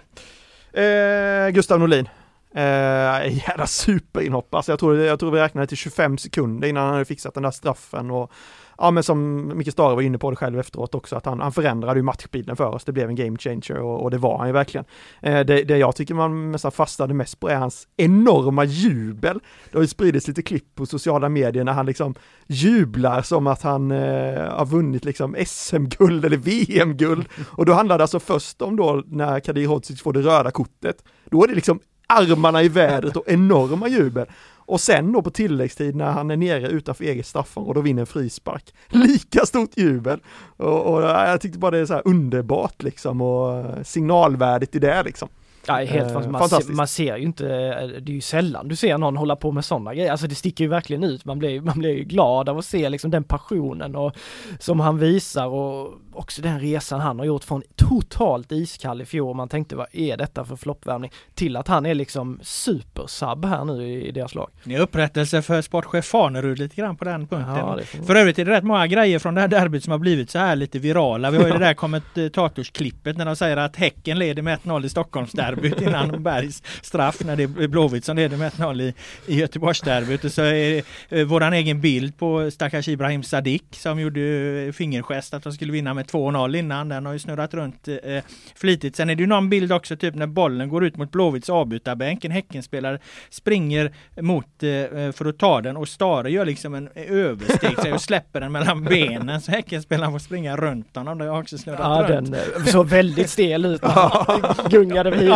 Eh, Gustav Norlin. Uh, jävla superinhopp. Alltså jag tror, jag tror vi räknade till tjugofem sekunder innan han hade fixat den där straffen och ja, men som Micke Stare var inne på det själv efteråt också, att han, han förändrade ju matchbilden för oss. Det blev en game changer och, och det var han ju verkligen. Uh, det, det jag tycker man nästan fastnade mest på är hans enorma jubel. Det har ju spridits lite klipp på sociala medier när han liksom jublar som att han uh, har vunnit liksom S M-guld eller V M-guld. Och då handlar det alltså först om då när Kadir Hodzic får det röda kortet. Då är det liksom armarna i vädret och enorma jubel. Och sen då på tilläggstid när han är nere utanför eget straffområde och då vinner en frispark. Lika stort jubel. Och, och jag tyckte bara det är så här underbart liksom och signalvärdigt i det liksom. Ja, helt eh, man, ser, man ser ju inte, det är ju sällan du ser någon hålla på med sådana grejer. Alltså det sticker ju verkligen ut. Man blir, man blir ju glad av att se liksom den passionen och, som han visar och också den resan han har gjort från totalt iskall i fjol. Man tänkte, vad är detta för floppvärmning? Till att han är liksom supersub här nu i, i deras lag. Det är upprättelse för sportchef Fanerud lite grann på den punkten. Ja, för övrigt är det rätt många grejer från det här derbyt som har blivit så här lite virala. Vi har ju det där kommentatorsklippet när de säger att Häcken leder med ett noll i Stockholms derbyt innan Bergs straff när det är Blåvitt som leder med ett noll i, i Göteborgsderbyt. Och så är det våran egen bild på stackars Ibrahim Sadiq som gjorde fingergest att de skulle vinna med två noll innan. Den har ju snurrat runt eh, flitigt. Sen är det ju någon bild också typ när bollen går ut mot Blåvitts avbytarbänk. En Häckenspelare springer mot eh, för att ta den och Stare gör liksom en översteg sig och släpper den mellan benen så Häckenspelaren får springa runt honom. Det har också snurrat ja, runt. Den så väldigt stel ut. Gungade vi. Ja,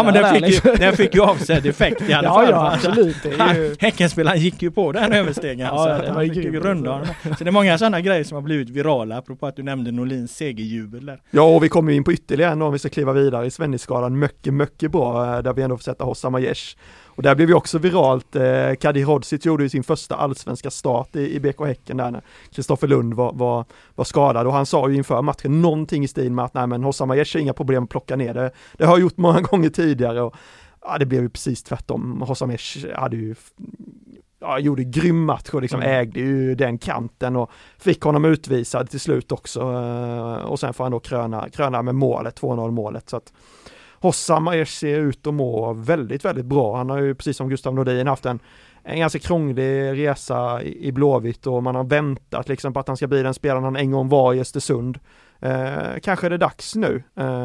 men den fick, liksom. ju, den fick ju avsedd effekt i alla ja, fall. Ja, absolut. Det är ju... Häckenspelaren gick ju på den överstegen. Ja, så det var ju runda. Så det är många sådana grejer som har blivit virala, apropå att du nämnde Norlins segerjubel där. Ja, och vi kommer in på ytterligare en om vi ska kliva vidare i Svennisskalan. Mycket, mycket bra, där vi ändå får sätta Hossam Aiesh. Och där blev vi också viralt. Eh, Kadir Hodzic gjorde ju sin första allsvenska start i, i B K Häcken där när Kristoffer Lund var, var, var skadad. Och han sa ju inför matchen någonting i stil med att nej men Hossam Aiesh har inga problem att plocka ner det. Det har jag gjort många gånger tidigare och ja, det blev ju precis tvärtom. Hossam Aiesh hade ju ja, gjorde grym match och liksom mm. ägde ju den kanten och fick honom utvisad till slut också. Och sen får han då kröna, kröna med målet, två noll målet. Så att Hossam Aiesh ser ut att må väldigt, väldigt bra. Han har ju precis som Gustav Nordin haft en, en ganska krånglig resa i, i Blåvitt och man har väntat liksom på att han ska bli den spelaren han en gång var i Östersund. Eh, kanske är det dags nu.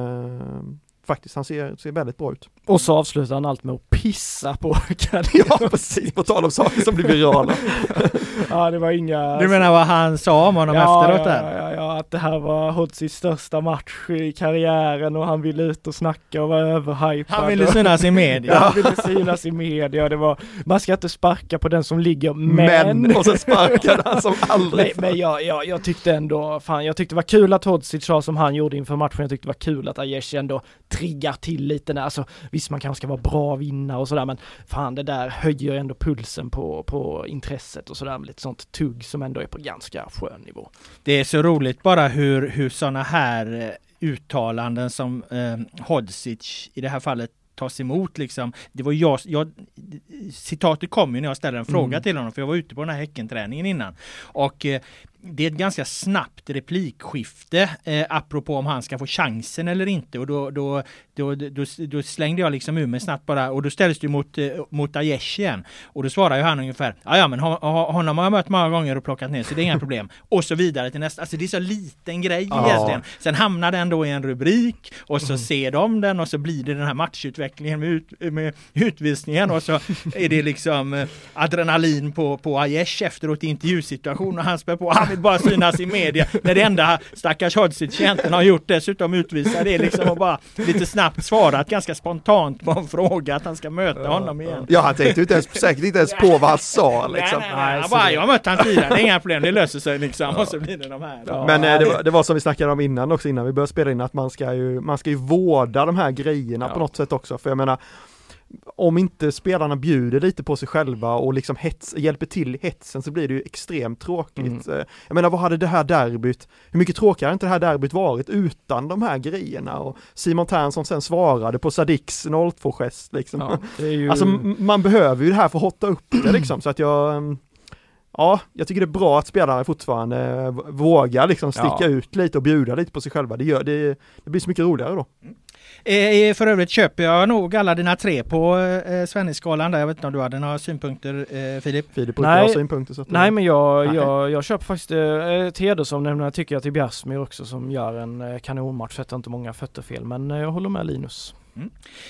Eh, faktiskt, han ser, ser väldigt bra ut. Och så avslutar han allt med att pissa på Kadir. Ja, precis. På tal om saker som blir virala. Ja, det var inga... Du menar vad han sa om honom ja, efteråt ja, där? Ja, ja, att det här var Hodzics största match i karriären och han ville ut och snacka och vara överhypad. Han ville synas i media. Ja, han ville synas i media. Det var, man ska inte sparka på den som ligger, men... men och så sparkade han som aldrig. Nej, men jag, jag, jag tyckte ändå, fan, jag tyckte det var kul att Hodzic sa som han gjorde inför matchen. Jag tyckte det var kul att Aiesh ändå triggar till lite när, alltså visst man kanske ska vara bra vinnare och sådär, men fan det där höjer ändå pulsen på, på intresset och sådär med lite sånt tugg som ändå är på ganska skön nivå. Det är så roligt bara hur, hur sådana här uttalanden som eh, Hodzic i det här fallet tas emot liksom. Det var jag, jag citatet kom ju när jag ställde en fråga mm. till honom, för jag var ute på den här Häckenträningen innan och eh, det är ett ganska snabbt replikskifte eh, apropå om han ska få chansen eller inte och då, då, då, då, då slängde jag liksom ur mig snabbt bara och då ställdes det mot, eh, mot Aiesh igen och då svarar ju han ungefär ja ja men hon, honom har jag mött många gånger och plockat ner så det är inga problem och så vidare till nästa, alltså det är så liten grej ja. egentligen. Sen hamnar den då i en rubrik och så mm. ser de den och så blir det den här matchutvecklingen med, ut, med utvisningen och så är det liksom eh, adrenalin på, på Aiesh efteråt i intervjusituation och han spär på vill bara synas i media när det enda stackars Hodzic egentligen har gjort dessutom utvisa det liksom och bara lite snabbt svarat ganska spontant på en fråga att han ska möta honom igen. Ja, han tänkte inte ens, säkert inte ens på vad han sa liksom. Nej, nej, nej. Bara, jag har mött han tidigare, det är inga problem, det löser sig liksom och så blir det de här. Ja. Men det var, det var som vi snackade om innan också, innan vi började spela in att man ska ju, man ska ju vårda de här grejerna ja. på något sätt också, för jag menar om inte spelarna bjuder lite på sig själva och liksom hets, hjälper till hetsen så blir det ju extremt tråkigt. Mm. Jag menar, vad hade det här derbyt, hur mycket tråkigare har inte det här derbyt varit utan de här grejerna? Och Simon Tern som sen svarade på Sadiks noll två-gest liksom. Ja, det är ju... Alltså man behöver ju det här för att hotta upp det liksom, så att jag... Ja, jag tycker det är bra att spelarna fortfarande vågar liksom sticka ja. ut lite och bjuda lite på sig själva. Det, gör, det, det blir så mycket roligare då. Mm. Eh, för övrigt köper jag nog alla dina tre på eh, Svennisskalan där. Jag vet inte om du hade några synpunkter, eh, Filip? Filip på Nej, synpunkter, så att nej men jag, nej. Jag, jag köper faktiskt eh, ett hedersomnämnande. Jag tycker att det är Bjärsmyr också som gör en eh, kanonmatch. Sätter inte många fötter fel, men eh, jag håller med Linus. Mm.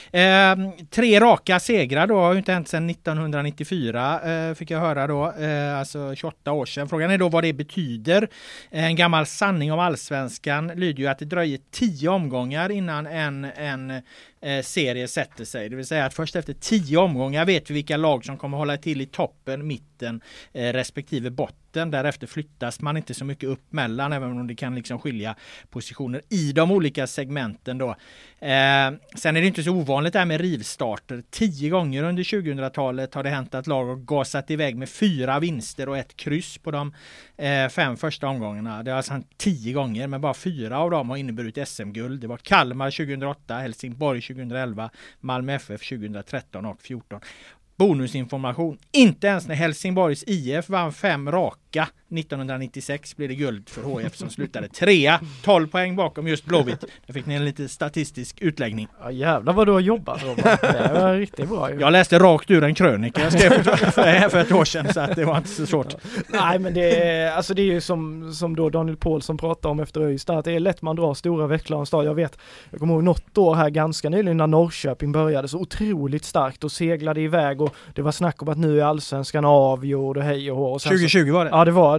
Eh, tre raka segrar då, har ju inte hänt sedan nittonhundranittiofyra eh, fick jag höra då, eh, alltså tjugoåtta år sedan. Frågan är då vad det betyder. Eh, en gammal sanning om allsvenskan lyder ju att det dröjer tio omgångar innan en, en eh, serie sätter sig. Det vill säga att först efter tio omgångar vet vi vilka lag som kommer hålla till i toppen, mitten eh, respektive botten. Därefter flyttas man inte så mycket upp mellan, även om det kan liksom skilja positioner i de olika segmenten då. Eh, sen är det inte så ovanligt där med rivstarter. Tio gånger under tjugohundratalet har det hänt att lag har gasat iväg med fyra vinster och ett kryss på de eh, fem första omgångarna. Det har alltså hänt tio gånger, men bara fyra av dem har inneburit S M-guld. Det var Kalmar tjugohundraåtta, Helsingborg tjugohundraelva, Malmö F F tjugohundratretton och fjorton. Bonusinformation. Inte ens när Helsingborgs I F vann fem raka nittonhundranittiosex blev det guld för H F som slutade trea. tolv poäng bakom just Blåvitt. Där fick ni en lite statistisk utläggning. Ja, jävlar vad du har jobbat, Robert. Det var riktigt bra. Ju. Jag läste rakt ur en krönika jag skrev för, för ett år sedan, så att det var inte så svårt. Nej, men det är, alltså det är ju som, som då Daniel Paulsson pratade om efter Öysta, att det är lätt man drar stora vecklar och stad. Jag vet, jag kommer ihåg något år här ganska nyligen när Norrköping började så otroligt starkt och seglade iväg och det var snack om att nu är allsvenskan avgjord och hej och hå. Och sen tjugo tjugo var det? Ja, det var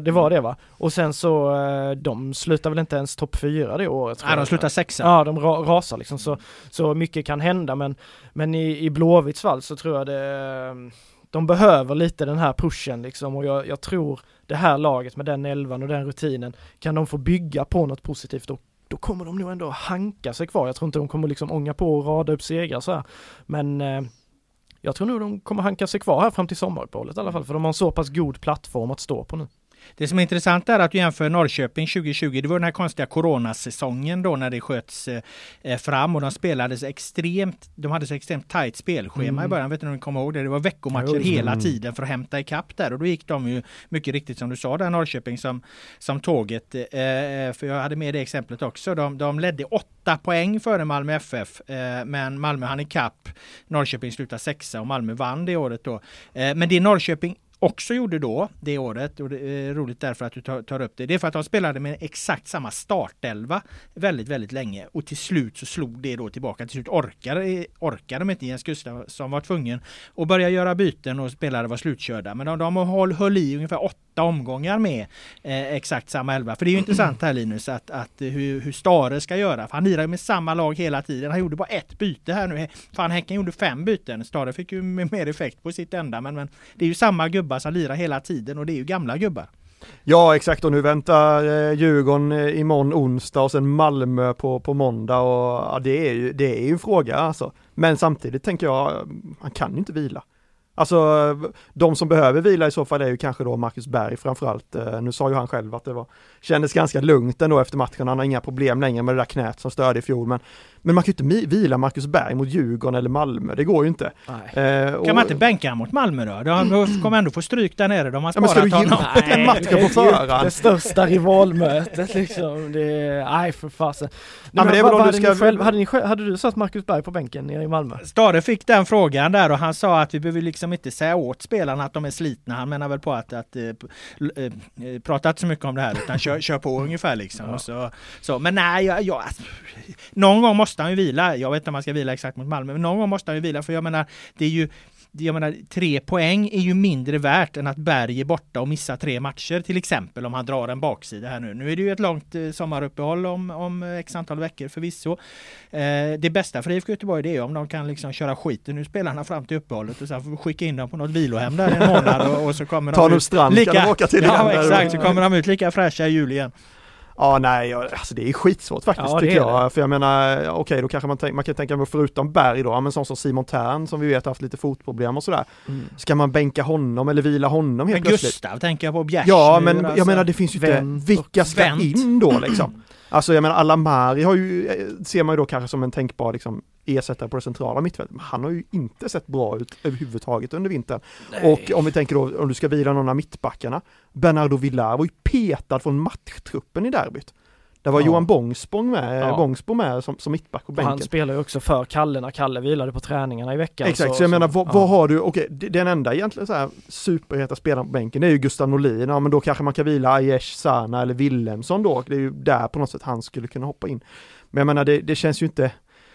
det var det va. Och sen så, de slutar väl inte ens topp fyra det året. Nej, de slutar sexa. Ja, de ra- rasar liksom. Så, så mycket kan hända, men, men i, i Blåvitts fall så tror jag det, de behöver lite den här pushen liksom. Och jag, jag tror det här laget med den elvan och den rutinen, kan de få bygga på något positivt, och då kommer de nog ändå hanka sig kvar. Jag tror inte de kommer liksom ånga på och rada upp segrar så här. Men eh, jag tror nog de kommer hanka sig kvar här fram till sommaruppehållet i alla fall, för de har en så pass god plattform att stå på nu. Det som är intressant är att du jämför Norrköping tjugo tjugo, det var den här konstiga coronasäsongen då när det sköts eh, fram och de spelades extremt, de hade så extremt tajt spelschema mm. i början, vet du om du kommer ihåg det? Det var veckomatcher mm. hela tiden för att hämta ikapp där, och då gick de ju mycket riktigt som du sa där, Norrköping som, som tåget, eh, för jag hade med det exemplet också, de, de ledde åtta poäng före Malmö F F, eh, men Malmö hann ikapp, Norrköping slutade sexa och Malmö vann det året då. Eh, men det Norrköping också gjorde då det året, och det är roligt därför att du tar, tar upp det, det är för att de spelade med exakt samma startelva väldigt, väldigt länge, och till slut så slog det då tillbaka, till slut orkade, orkade de inte, Jens Gustav som var tvungen att börja göra byten och spelare var slutkörda, men de, de höll, höll i ungefär åtta omgångar med eh, exakt samma elva, för det är ju intressant här Linus att, att hur, hur Stare ska göra, för han lirar med samma lag hela tiden, han gjorde bara ett byte här nu, fan Häcken gjorde fem byten, Stare fick ju mer effekt på sitt enda, men, men det är ju samma gubbar som lirar hela tiden, och det är ju gamla gubbar. Ja, exakt, och nu väntar eh, Djurgården eh, imorgon onsdag och sen Malmö på, på måndag, och ja, det är ju det är ju en fråga alltså. Men samtidigt tänker jag, han kan ju inte vila. Alltså de som behöver vila i så fall är ju kanske då Marcus Berg framförallt. Nu sa ju han själv att det var, kändes ganska lugnt ändå efter matchen. Han har inga problem längre med det där knät som störde i fjol. Men, men man kan ju inte vila Marcus Berg mot Djurgården eller Malmö. Det går ju inte. Eh, och... Kan man inte bänka mot Malmö då? De kommer ändå få stryk där nere. De har sparat ja, men ska du ge upp en match på förhand? Det största rivalmötet liksom. Det, nej för fasen. Ja, men det är väl om du ska... själv, hade, ni själv, hade du satt Marcus Berg på bänken nere i Malmö? Stare fick den frågan där och han sa att vi behöver liksom inte säga åt spelarna att de är slitna. Han menar väl på att, att äh, äh, prata inte så mycket om det här utan kör, kör på ungefär liksom. Ja. Och så, så. Men nej, jag, jag, någon gång måste han ju vila. Jag vet inte om man ska vila exakt mot Malmö, men någon gång måste han ju vila, för jag menar, det är ju jag menar, tre poäng är ju mindre värt än att Berg är borta och missar tre matcher till exempel om han drar en baksida här nu. Nu är det ju ett långt eh, sommaruppehåll om, om x antal veckor förvisso. Eh, det bästa för I F K Göteborg det är om de kan liksom köra skiten nu spelarna fram till uppehållet och sen får skicka in dem på något vilohem där en månad och, och så kommer Ta de ut strand, lika, kan de åka till ja, exakt, så kommer de ut lika fräscha i jul igen. Ja, nej, alltså det är skitsvårt faktiskt ja, tycker jag. Det. För jag menar, okej, okay, då kanske man, tänk, man kan tänka mig förutom Berg då, men sån som Simon Tern som vi vet har haft lite fotproblem och sådär. Mm. Ska man bänka honom eller vila honom helt men plötsligt? Gustav tänker jag på Bjärs. Ja, men alltså, jag menar det finns ju Vänt inte, vilka ska Vänt. in då liksom? Alltså jag menar, Alamari har ju, ser man ju då kanske som en tänkbar liksom ersättare på det centrala mittfältet. Men han har ju inte sett bra ut överhuvudtaget under vintern. Nej. Och om vi tänker då, om du ska vila någon av mittbackarna, Bernardo Villar var ju petad från matchtruppen i derbyt. Det var ja. Johan Bångsbo med, ja. Bångsbo med som, som mittback på bänken. Han spelar ju också för Kalle när Kalle vilade på träningarna i veckan. Exakt, så, så jag menar, så, vad, ja. vad har du, okej, okay, den enda egentligen så här superheta spelaren på bänken det är ju Gustav Norlin, ja men då kanske man kan vila Aiesh, Sana eller Willemsson då, det är ju där på något sätt han skulle kunna hoppa in. Men jag menar, det, det känns ju inte...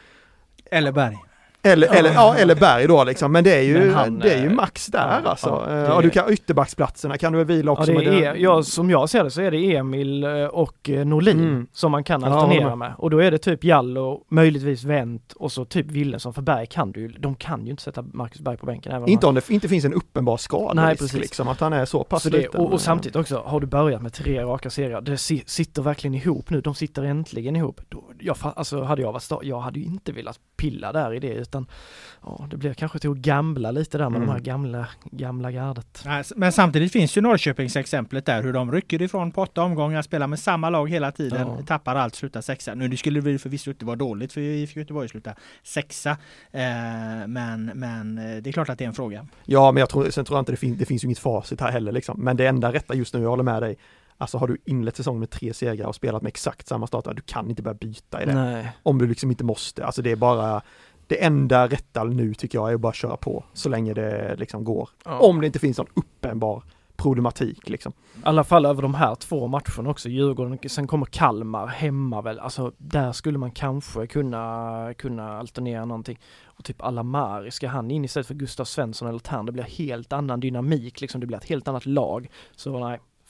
Eller Berg. Eller, eller, ja, eller Berg då liksom, men det är ju, han, det är ju max där ja, alltså. Ja, är... och du kan ytterbacksplatserna kan du vila också. Ja, det är, med det. ja, som jag ser det så är det Emil och Norlin mm. som man kan alternera ja, med. Och då är det typ Jallo, möjligtvis Wendt och så typ Willemsson, för Berg kan du de kan ju inte sätta Marcus Berg på bänken. Även inte man... om det inte finns en uppenbar skada. Nej, precis. Liksom, att han är så pass så det, och, och samtidigt också, har du börjat med tre raka serier, det sitter verkligen ihop nu. De sitter äntligen ihop. Då, jag, alltså, hade jag varit stad, jag hade ju inte velat pilla där i det, utan ja, det blir kanske till att gambla lite där med mm. de här gamla, gamla gardet. Men samtidigt finns ju Norrköpings exemplet där, hur de rycker ifrån på åtta omgångar, spelar med samma lag hela tiden, ja. tappar allt, slutar sexa. Nu det skulle det förvisso inte vara dåligt för I F K Göteborg slutar sexa, eh, men, men det är klart att det är en fråga. Ja, men jag tror, sen tror jag inte det, fin- det finns ju inget facit här heller liksom. Men det enda rätta just nu, jag håller med dig, alltså har du inlett säsongen med tre segrar och spelat med exakt samma startare, du kan inte börja byta i det. Nej. Om du liksom inte måste. Alltså det är bara det enda rätta nu tycker jag är att bara köra på så länge det liksom går. Ja. Om det inte finns någon uppenbar problematik liksom. I alla fall över de här två matcherna också. Djurgården, sen kommer Kalmar hemma väl. Alltså där skulle man kanske kunna, kunna alternera någonting. Och typ Alamari, ska han in istället för Gustav Svensson eller Tern? Det blir helt annan dynamik liksom. Det blir ett helt annat lag. Så nej,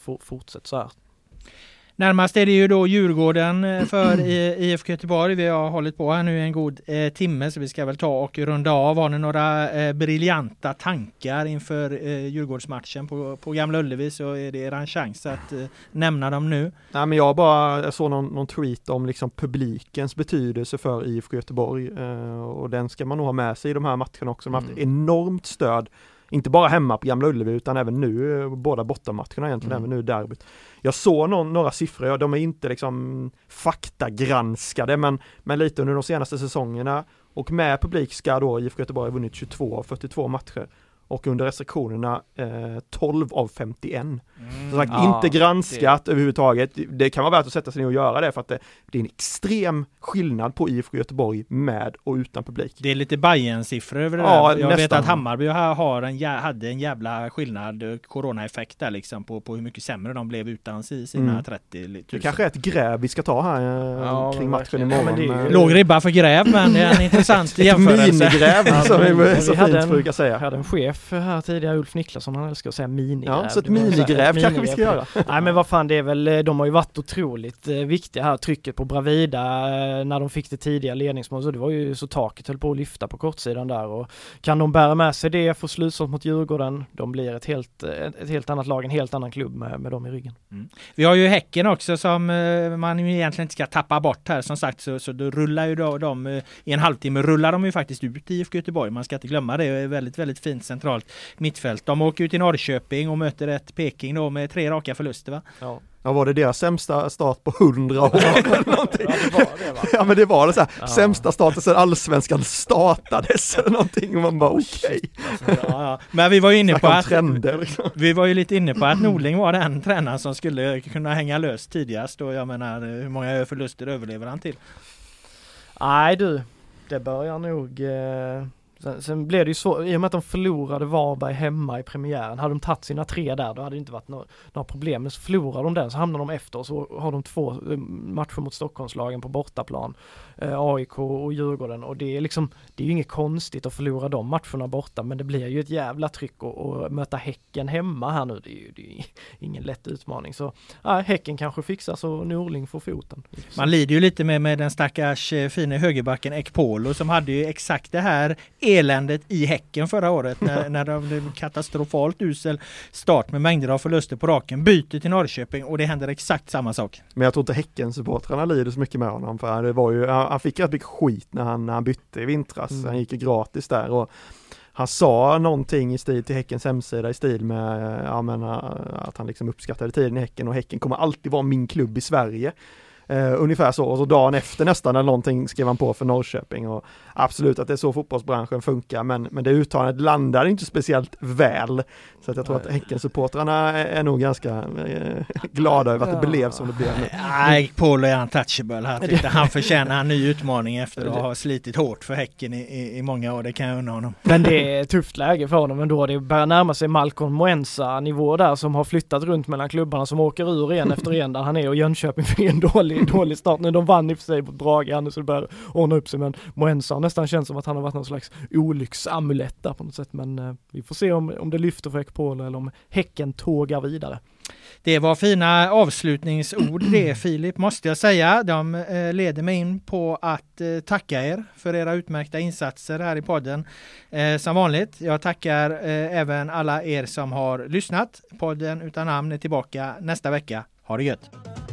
for, fortsätter så här. Närmast är det ju då Djurgården för I F K Göteborg. Vi har hållit på här nu en god eh, timme så vi ska väl ta och runda av. Har ni några eh, briljanta tankar inför eh, Djurgårdsmatchen på, på Gamla Ullevi så är det er chans att eh, nämna dem nu. Nej, men jag bara jag såg någon, någon tweet om liksom publikens betydelse för I F K Göteborg eh, och den ska man nog ha med sig i de här matcherna också. De har haft mm. enormt stöd. Inte bara hemma på Gamla Ullevi utan även nu, båda bortamatcherna egentligen, mm. även nu derbyt. Jag såg någon, några siffror, ja, de är inte liksom faktagranskade men, men lite under de senaste säsongerna och med publik ska då I F K Göteborg ha vunnit tjugotvå av fyrtiotvå matcher. Och under restriktionerna eh, tolv av femtioen. Mm. Så sagt, ja, inte granskat det. Överhuvudtaget. Det kan vara värt att sätta sig ner och göra det för att det, det är en extrem skillnad på I F K Göteborg med och utan publik. Det är lite Bayern-siffror över det ja, där. Jag nästan. vet att Hammarby har en, hade en jävla skillnad, coronaeffekt där liksom på, på hur mycket sämre de blev utan sina mm. trettio tusen. Det kanske är ett gräv vi ska ta här ja, kring matchen imorgon. Ja, är... Låg ribba för gräv men det är en intressant jämförelse. Ett minigräv ja, som vi, vi så hade fint en, brukar säga. Jag hade en chef här tidigare, Ulf Niklasson, han älskar att säga minigräv. Ja, så ett minigräv kanske vi ska göra. Nej men vad fan, det är väl, de har ju varit otroligt viktiga här, trycket på Bravida när de fick det tidiga ledningsmål, så det var ju så taket höll på att lyfta på kortsidan där och kan de bära med sig det för slutsålt mot Djurgården, de blir ett helt, ett helt annat lag, en helt annan klubb med, med dem i ryggen. Mm. Vi har ju Häcken också som man ju egentligen inte ska tappa bort här som sagt, så, så då rullar ju då, de i en halvtimme rullar de ju faktiskt ut i I F K Göteborg, man ska inte glömma det, det är väldigt, väldigt fint centralt mittfält. De åker ut i Norrköping och möter ett Peking då med tre raka förluster va? Ja. Ja, var det deras sämsta start på hundra år eller någonting? Ja, det var det va? Ja, men det var det så här, ja. Sämsta starten sedan allsvenskan startades eller någonting och man bara okej. Okay. Ja, ja. Men vi var ju inne på att trender, liksom. Vi var ju lite inne på att Norling var den tränaren som skulle kunna hänga löst tidigast och jag menar, hur många förluster överlever han till? Nej du, det börjar nog... Eh... Sen, sen blev det ju så, i och med att de förlorade Varberg hemma i premiären, hade de tagit sina tre där, då hade det inte varit några, några problem. Men så förlorar de den, så hamnar de efter och så har de två matcher mot Stockholmslagen på bortaplan, eh, A I K och Djurgården, och det är liksom, det är ju inget konstigt att förlora de matcherna borta, men det blir ju ett jävla tryck att möta Häcken hemma här nu, det är ju, det är ju ingen lätt utmaning. Så ja, Häcken kanske fixar så Norling får foten. Man lider ju lite med, med den stackars fina högerbacken Ekpolo som hade ju exakt det här eländet i Häcken förra året när, när det blev katastrofalt usel start med mängder av förluster på raken, byter till Norrköping och det händer exakt samma sak. Men jag tror inte Häcken-supportrarna lider så mycket med honom, för det var ju, han fick rätt mycket skit när han, när han bytte i vintras. Mm. Han gick ju gratis där och han sa någonting i stil till Häckens hemsida i stil med jag menar, att han liksom uppskattade tiden i Häcken och Häcken kommer alltid vara min klubb i Sverige. Uh, ungefär så, och så dagen efter nästan eller någonting skrev han på för Norrköping och absolut att det är så fotbollsbranschen funkar, men, men det uttalandet landar inte speciellt väl, så att jag tror att Häcken-supportrarna är, är nog ganska uh, glada över att det blev som det blev nu. Nej, Paul är untouchable här, han förtjänar en ny utmaning efter att ha slitit hårt för Häcken i, i, i många år, det kan jag undra honom. Men det är ett tufft läge för honom ändå, det börjar närma sig Malcolm Moensa nivå där som har flyttat runt mellan klubbarna som åker ur en efter en där han är, och Jönköping fick en dålig dålig start. Nu de vann i och för sig på Brage så det börjar ordna upp sig, men Moensa har nästan känns som att han har varit någon slags olycksamulett där på något sätt, men eh, vi får se om, om det lyfter för Ekpolo eller om Häcken tågar vidare. Det var fina avslutningsord det, Filip, måste jag säga. De eh, leder mig in på att eh, tacka er för era utmärkta insatser här i podden. Eh, som vanligt, jag tackar eh, även alla er som har lyssnat. Podden utan namn är tillbaka nästa vecka. Ha det gött!